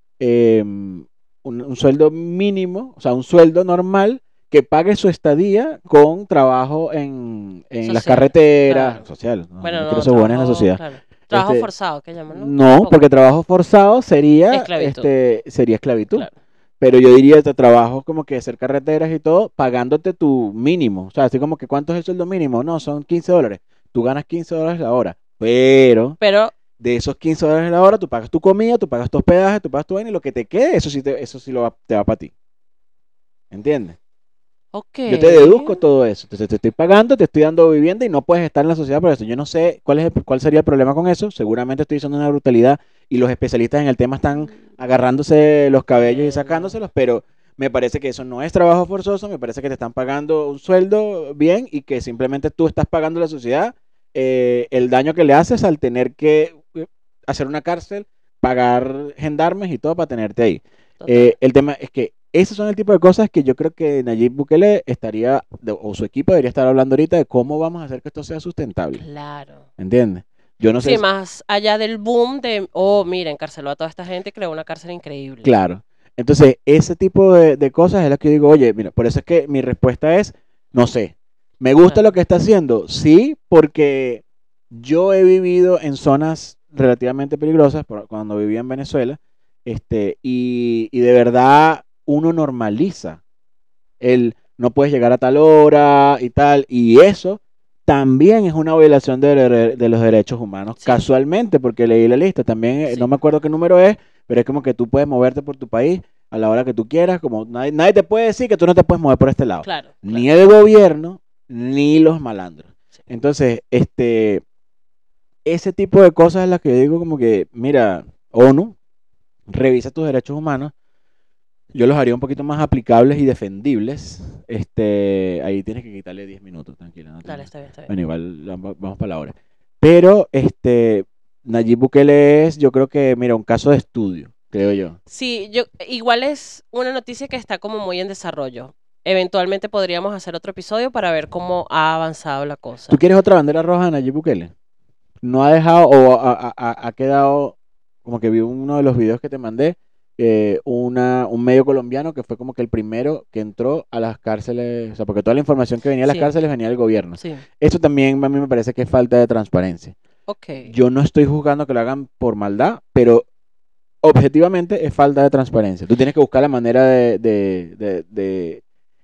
eh, un, un sueldo mínimo, o sea, un sueldo normal que pague su estadía con trabajo en, en las Social. carreteras, Claro. social, no, Bueno, no quiero no, ser bueno en la trabajo, sociedad. claro. Trabajo Este, forzado, que llaman, ¿no? no, Tampoco. porque trabajo forzado sería, Esclavitud. este, sería esclavitud. Claro. Pero yo diría este trabajo como que hacer carreteras y todo, pagándote tu mínimo. O sea, así como que ¿cuánto es el sueldo mínimo? No, son quince dólares. Tú ganas quince dólares la hora. Pero Pero, de esos quince dólares la hora, tú pagas tu comida, tú pagas tu hospedaje, tú pagas tu vaina y lo que te quede, eso sí, te, eso sí lo va- te va para ti. ¿Entiendes? ok. Yo te deduzco todo eso. Entonces te estoy pagando, te estoy dando vivienda y no puedes estar en la sociedad por eso. Yo no sé cuál es el- cuál sería el problema con eso. Seguramente estoy diciendo una brutalidad y los especialistas en el tema están agarrándose los cabellos y Bueno, sacándoselos, pero me parece que eso no es trabajo forzoso, me parece que te están pagando un sueldo bien y que simplemente tú estás pagando a la sociedad eh, el daño que le haces al tener que eh, hacer una cárcel, pagar gendarmes y todo para tenerte ahí. total. Eh, el tema es que esos son el tipo de cosas que yo creo que Nayib Bukele estaría, de- o su equipo debería estar hablando ahorita de cómo vamos a hacer que esto sea sustentable. Claro. ¿Entiendes? Yo no sé, Sí, si- más allá del boom de, oh, mira, encarceló a toda esta gente y creó una cárcel increíble. claro. Entonces, ese tipo de, de cosas es lo que yo digo, oye, mira, por eso es que mi respuesta es, no sé. ¿Me gusta lo Claro. que está haciendo? Sí, porque yo he vivido en zonas relativamente peligrosas por- cuando vivía en Venezuela, este, y, y de verdad uno normaliza el no puedes llegar a tal hora y tal, y eso también es una violación de, de- de los derechos humanos, Sí, casualmente, porque leí la lista, también eh, no sí, me acuerdo qué número es, pero es como que tú puedes moverte por tu país a la hora que tú quieras, como nadie, nadie te puede decir que tú no te puedes mover por este lado, claro, ni claro. el gobierno, ni los malandros. Sí. Entonces, este, ese tipo de cosas es las que yo digo como que, mira, ONU, revisa tus derechos humanos, yo los haría un poquito más aplicables y defendibles. Este, ahí tienes que quitarle diez minutos, tranquila, no Dale, te- está bien, está bien. Bueno, igual vamos, vamos para la hora. Pero, este, Nayib Bukele es, yo creo que, mira, un caso de estudio, creo yo. Sí, yo, igual es una noticia que está como muy en desarrollo. Eventualmente podríamos hacer otro episodio para ver cómo ha avanzado la ¿Tú cosa. quieres otra bandera roja de Nayib Bukele? No ha dejado, o ha, ha- ha- ha quedado, como que vi uno de los videos que te mandé, eh, una, un medio colombiano que fue como que el primero que entró a las cárceles, o sea, porque toda la información que venía a las Sí, cárceles venía del gobierno. sí, Eso también a mí me parece que es falta de transparencia. ok. Yo no estoy juzgando que lo hagan por maldad, pero objetivamente es falta de transparencia. Tú tienes que buscar la manera de, de, de, de,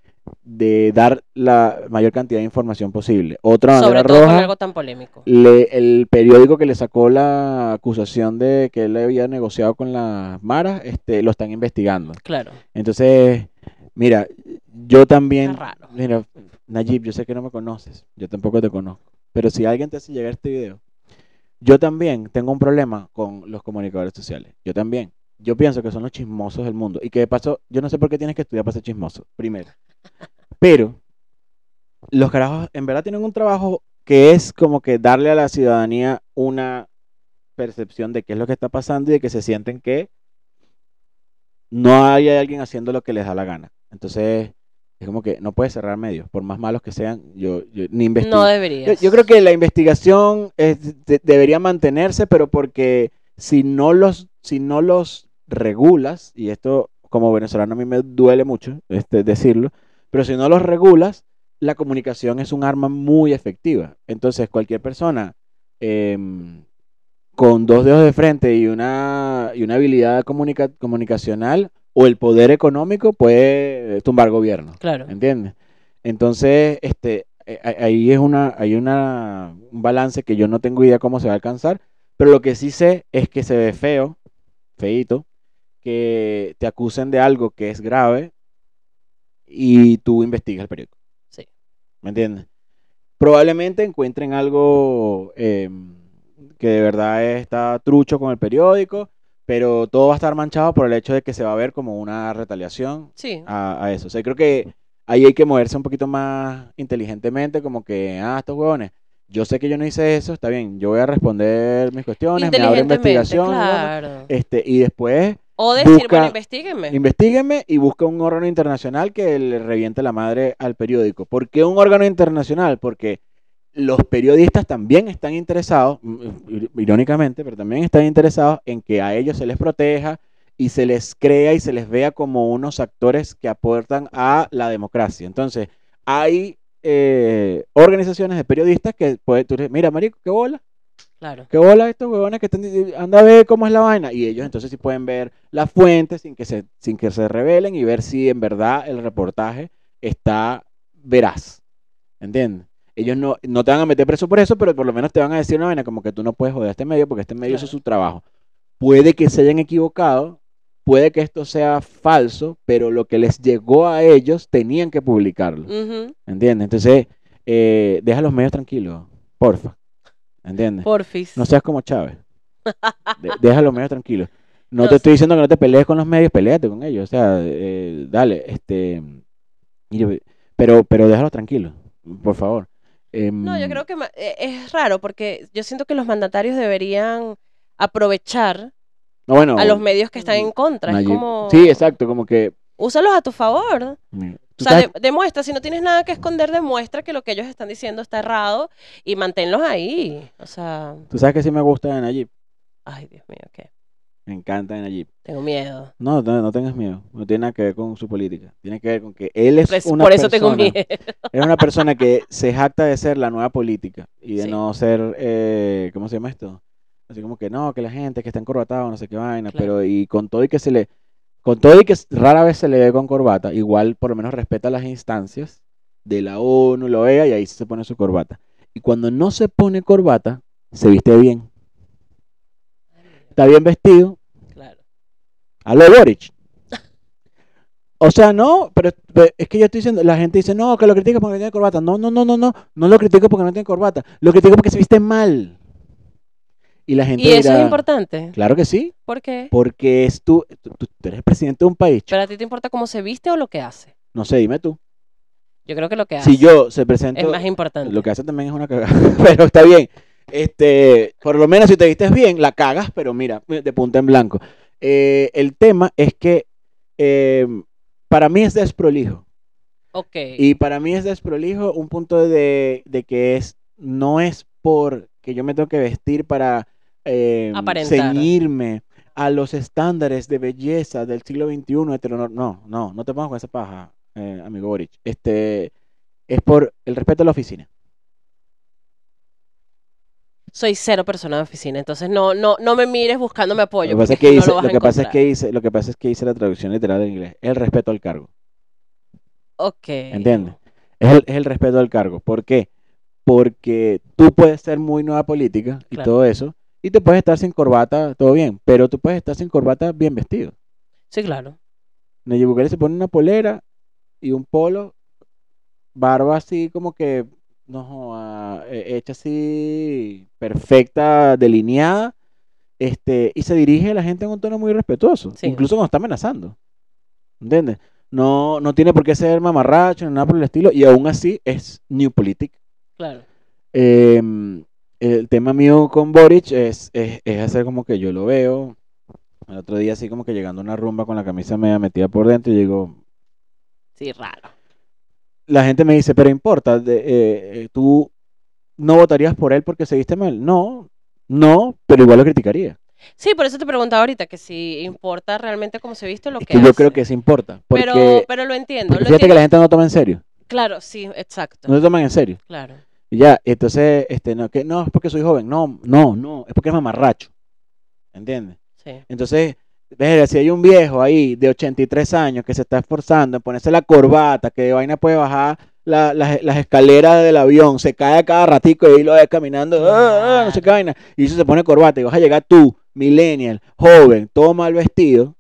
de dar la mayor cantidad de información posible. Otra bandera Sobre todo con roja, algo tan polémico. le, el periódico que le sacó la acusación de que él había negociado con las maras, este, lo están investigando. Claro, Entonces, mira, yo está también, raro. mira, Nayib, yo sé que no me conoces, yo tampoco te conozco, pero si alguien te hace llegar este video, yo también tengo un problema con los comunicadores sociales. Yo también. Yo pienso que son los chismosos del mundo. Y que de paso, yo no sé por qué tienes que estudiar para ser chismoso, primero. Pero los carajos en verdad tienen un trabajo que es como que darle a la ciudadanía una percepción de qué es lo que está pasando y de que se sienten que no hay alguien haciendo lo que les da la gana. Entonces, es como que no puedes cerrar medios, por más malos que sean. Yo, yo ni No investigo. Yo, yo creo deberías. que la investigación es- de- debería mantenerse, pero porque si no los, si no los regulas, y esto como venezolano a mí me duele mucho este, decirlo, pero si no los regulas, la comunicación es un arma muy efectiva. Entonces, cualquier persona em, con dos dedos de frente y una, y una habilidad comunica- comunicacional o el poder económico puede tumbar gobierno, Claro. ¿entiendes? Entonces, este, eh, ahí es una, hay una, un balance que yo no tengo idea cómo se va a alcanzar, Pero lo que sí sé es que se ve feo, feíto, que te acusen de algo que es grave y tú investigas el periódico. Sí. ¿Me entiendes? Probablemente encuentren algo eh, que de verdad está trucho con el periódico, pero todo va a estar manchado por el hecho de que se va a ver como una retaliación Sí. a, a eso. O sea, creo que ahí hay que moverse un poquito más inteligentemente, como que, ah, estos huevones, yo sé que yo no hice eso, está bien, yo voy a responder mis cuestiones, me abro Inteligentemente, investigación, digamos, claro. este, y después O decir, bueno, busca, investíguenme. Investígueme y busca un órgano internacional que le reviente la madre al periódico. ¿Por qué un órgano internacional? Porque los periodistas también están interesados, irónicamente, pero también están interesados en que a ellos se les proteja y se les crea y se les vea como unos actores que aportan a la democracia. Entonces, hay eh, organizaciones de periodistas que, pues, tú dices, mira, marico, qué bola. Claro. ¿Qué bola estos huevones que están diciendo, anda a ver cómo es la vaina? Y ellos entonces sí pueden ver las fuentes sin que se, sin que se revelen y ver si en verdad el reportaje está veraz. ¿Entiendes? Ellos no, no te van a meter preso por eso, pero por lo menos te van a decir una vaina como que tú no puedes joder a este medio porque este medio hizo Claro. su trabajo. Puede que se hayan equivocado, puede que esto sea falso, pero lo que les llegó a ellos tenían que publicarlo. Ujú. ¿Entiendes? Entonces, eh, deja a los medios tranquilos, porfa. ¿Entiendes? Porfis. No seas como Chávez. De, deja a los medios tranquilos. No No, te sí. estoy diciendo que no te pelees con los medios, peleate con ellos. O sea, eh, dale, este, y- pero, pero déjalos tranquilos, por favor. No, yo Em, creo que ma- e- es raro porque yo siento que los mandatarios deberían aprovechar no, a los bueno, medios que están en contra. Es Nayib, sí, como, exacto, como que, úsalos a tu favor. mm, O tú sea, sabes, de- demuestra, si no tienes nada que esconder, demuestra que lo que ellos están diciendo está errado y manténlos ahí. O sea, tú sabes que sí me gusta de Nayib, ay, Dios mío, ¿qué? me encanta de Nayib. Tengo miedo. No, no, no tengas miedo, no tiene nada que ver con su política, tiene que ver con que él es Pues, una por eso tengo persona, miedo. es una persona que se jacta de ser la nueva política y de Sí, no ser, eh, ¿cómo se llama esto? Así como que no, que la gente que está encorbatada, no sé qué vaina, claro. pero y con todo y que se le, con todo y que rara vez se le ve con corbata, igual por lo menos respeta las instancias de la ONU, la O E A y ahí se pone su corbata. Y cuando no se pone corbata, se viste bien. Ay, mira, Está bien vestido, claro. a lo Boric. O sea, no, pero, pero es que yo estoy diciendo, la gente dice, no, que lo critica porque no tiene corbata. No, no, no, no, no, no lo critico porque no tiene corbata. Lo critico porque se viste mal. Y la gente ¿Y eso es dirá, importante? claro que sí, ¿Por qué? porque es tú, tú, tú eres presidente de un país, ¿Pero chico. a ti te importa cómo se viste o lo que hace? No sé, dime tú. Yo creo que lo que Si hace yo se es presento, más lo importante. que hace también es una cagada, pero está bien. Este, por lo menos si te vistes bien, la cagas, pero mira, de punta en blanco. Eh, el tema es que eh, para mí es desprolijo. Ok, Y para mí es desprolijo un punto de, de que es, no es porque yo me tengo que vestir para eh, aparentar. ceñirme a los estándares de belleza del siglo veintiuno. Heteronor- no, no, no te pongas con esa paja, eh, amigo Boric. Este, es por el respeto a la oficina. Soy cero persona de oficina, entonces no, no, no me mires buscándome Lo apoyo que porque pasa es es que que no lo hice, vas lo a que pasa es encontrar. que hice, lo que pasa es que hice la traducción literal del inglés. El respeto al cargo. Ok, ¿Entiendes? Es el, es el respeto al cargo. ¿Por qué? Porque tú puedes ser muy nueva política y claro. todo eso, y te puedes estar sin corbata, todo bien, pero tú puedes estar sin corbata bien vestido. Sí, claro. Nayib Bukele se pone una polera y un polo, barba así como que, no, joda, eh, hecha así, perfecta, delineada, este, y se dirige a la gente en un tono muy respetuoso, Sí, incluso cuando está amenazando, ¿entiendes? No, no tiene por qué ser mamarracho ni nada por el estilo, y aún así es New Politic. claro. Eh, el tema mío con Boric es, es, es hacer como que yo lo veo. El otro día así como que llegando a una rumba con la camisa media metida por dentro y digo, Sí, raro. la gente me dice, pero importa, de, eh, eh, ¿tú no votarías por él porque se viste mal? No, no, pero igual lo criticaría. Sí, por eso te preguntaba ahorita que si importa realmente cómo se viste o lo Es que que yo creo hace. que eso importa, Pero, porque, pero lo entiendo, porque lo fíjate que entiendo. la gente no toma en serio, Claro, sí, exacto. no se toman en serio. Claro, Y ya, entonces, este, no, que no, es porque soy joven, no, no, no, es porque es mamarracho, ¿entiendes? sí. Entonces, verga, si hay un viejo ahí de ochenta y tres años que se está esforzando en ponerse la corbata, que de vaina puede bajar la- las, las escaleras del avión, se cae a cada ratico y ahí lo ves caminando, ah, ah, no sé qué vaina, y eso se pone corbata y vas a llegar tú, millennial, joven, todo mal vestido.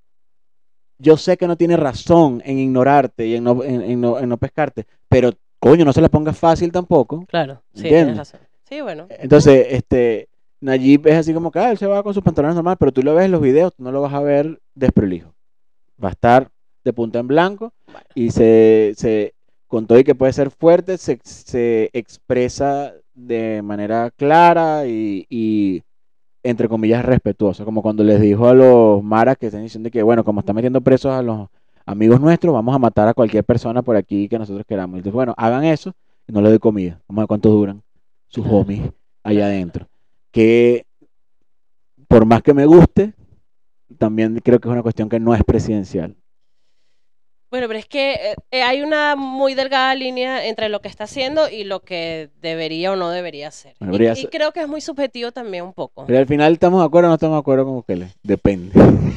Yo sé que no tiene razón en ignorarte y en no, en, en no, en no pescarte, pero coño, no se la ponga fácil tampoco, Claro, sí, tienes ¿entiendes? razón. Sí, bueno. Entonces, este, Nayib es así como que, ah, él se va con sus pantalones normal, pero tú lo ves en los videos, tú no lo vas a ver desprolijo. Va a estar de punta en blanco Bueno, y se, se con todo y que puede ser fuerte, se, se expresa de manera clara y, y, entre comillas, respetuosa, como cuando les dijo a los maras que están diciendo que, bueno, como están metiendo presos a los amigos nuestros, vamos a matar a cualquier persona por aquí que nosotros queramos. Entonces, bueno, hagan eso y no les doy comida. Vamos a ver cuánto duran sus claro, homies allá claro. adentro. Que por más que me guste, también creo que es una cuestión que no es presidencial. Bueno, pero es que eh, eh, hay una muy delgada línea entre lo que está haciendo y lo que debería o no debería hacer. Bueno, Y, pero, ya y se- creo que es muy subjetivo también un poco. pero al final estamos de acuerdo o no estamos de acuerdo con Bukele. Depende.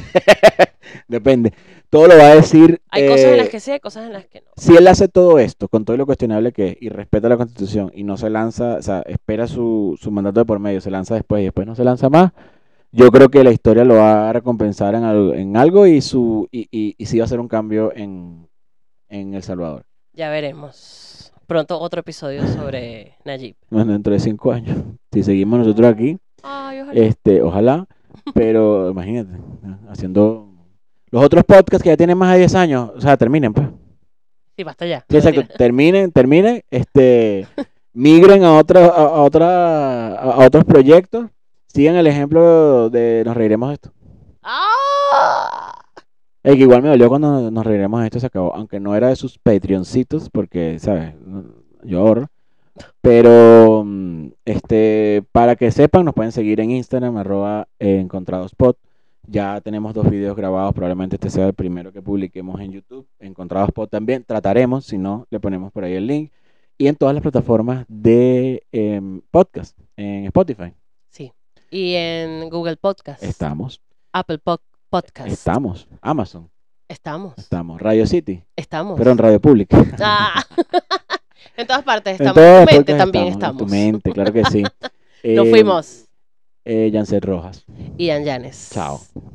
Depende. Todo lo va a decir. Hay cosas en las eh, que sí, hay cosas en las que no. si él hace todo esto, con todo lo cuestionable que es, y respeta la constitución, y no se lanza, o sea, espera su, su mandato de por medio, se lanza después y después no se lanza más, yo creo que la historia lo va a recompensar en algo, en algo y, su, y, y, y sí va a hacer un cambio en, en El Salvador. Ya veremos. Pronto otro episodio sobre Nayib. Bueno, dentro de cinco años, si seguimos nosotros aquí, Ay, ojalá. este, ojalá, pero imagínate, haciendo los otros podcasts que ya tienen más de diez años, o sea, terminen, pues. Sí, basta ya. Sí, No, exacto, mentira. terminen, terminen, este, migren a otra, a, a otra, a, a otros proyectos, sigan el ejemplo de nos reiremos de esto. ¡Ah! Eh, que igual me dolió cuando nos reiremos de esto se acabó, aunque no era de sus Patreoncitos, porque, ¿sabes? No- Yo ahorro. Pero, mm, este, para que sepan, nos pueden seguir en Instagram, arroba eh, encontradospot. Ya tenemos dos videos grabados, probablemente este sea el primero que publiquemos en YouTube. Encontradospot también, trataremos, si no, le ponemos por ahí el link. Y en todas las plataformas de em, podcast, en Spotify. Sí. Y en Google Podcast, Estamos, Apple Po- Podcast. estamos, Amazon, Estamos. estamos, Radio City, Estamos. pero en Radio Pública. Ah. En todas partes En estamos. todas En las tu mente podcasts también estamos, en tu estamos. mente, claro que sí. Nos Eh, fuimos. eh, Janset Rojas. Ian Llanes. Chao.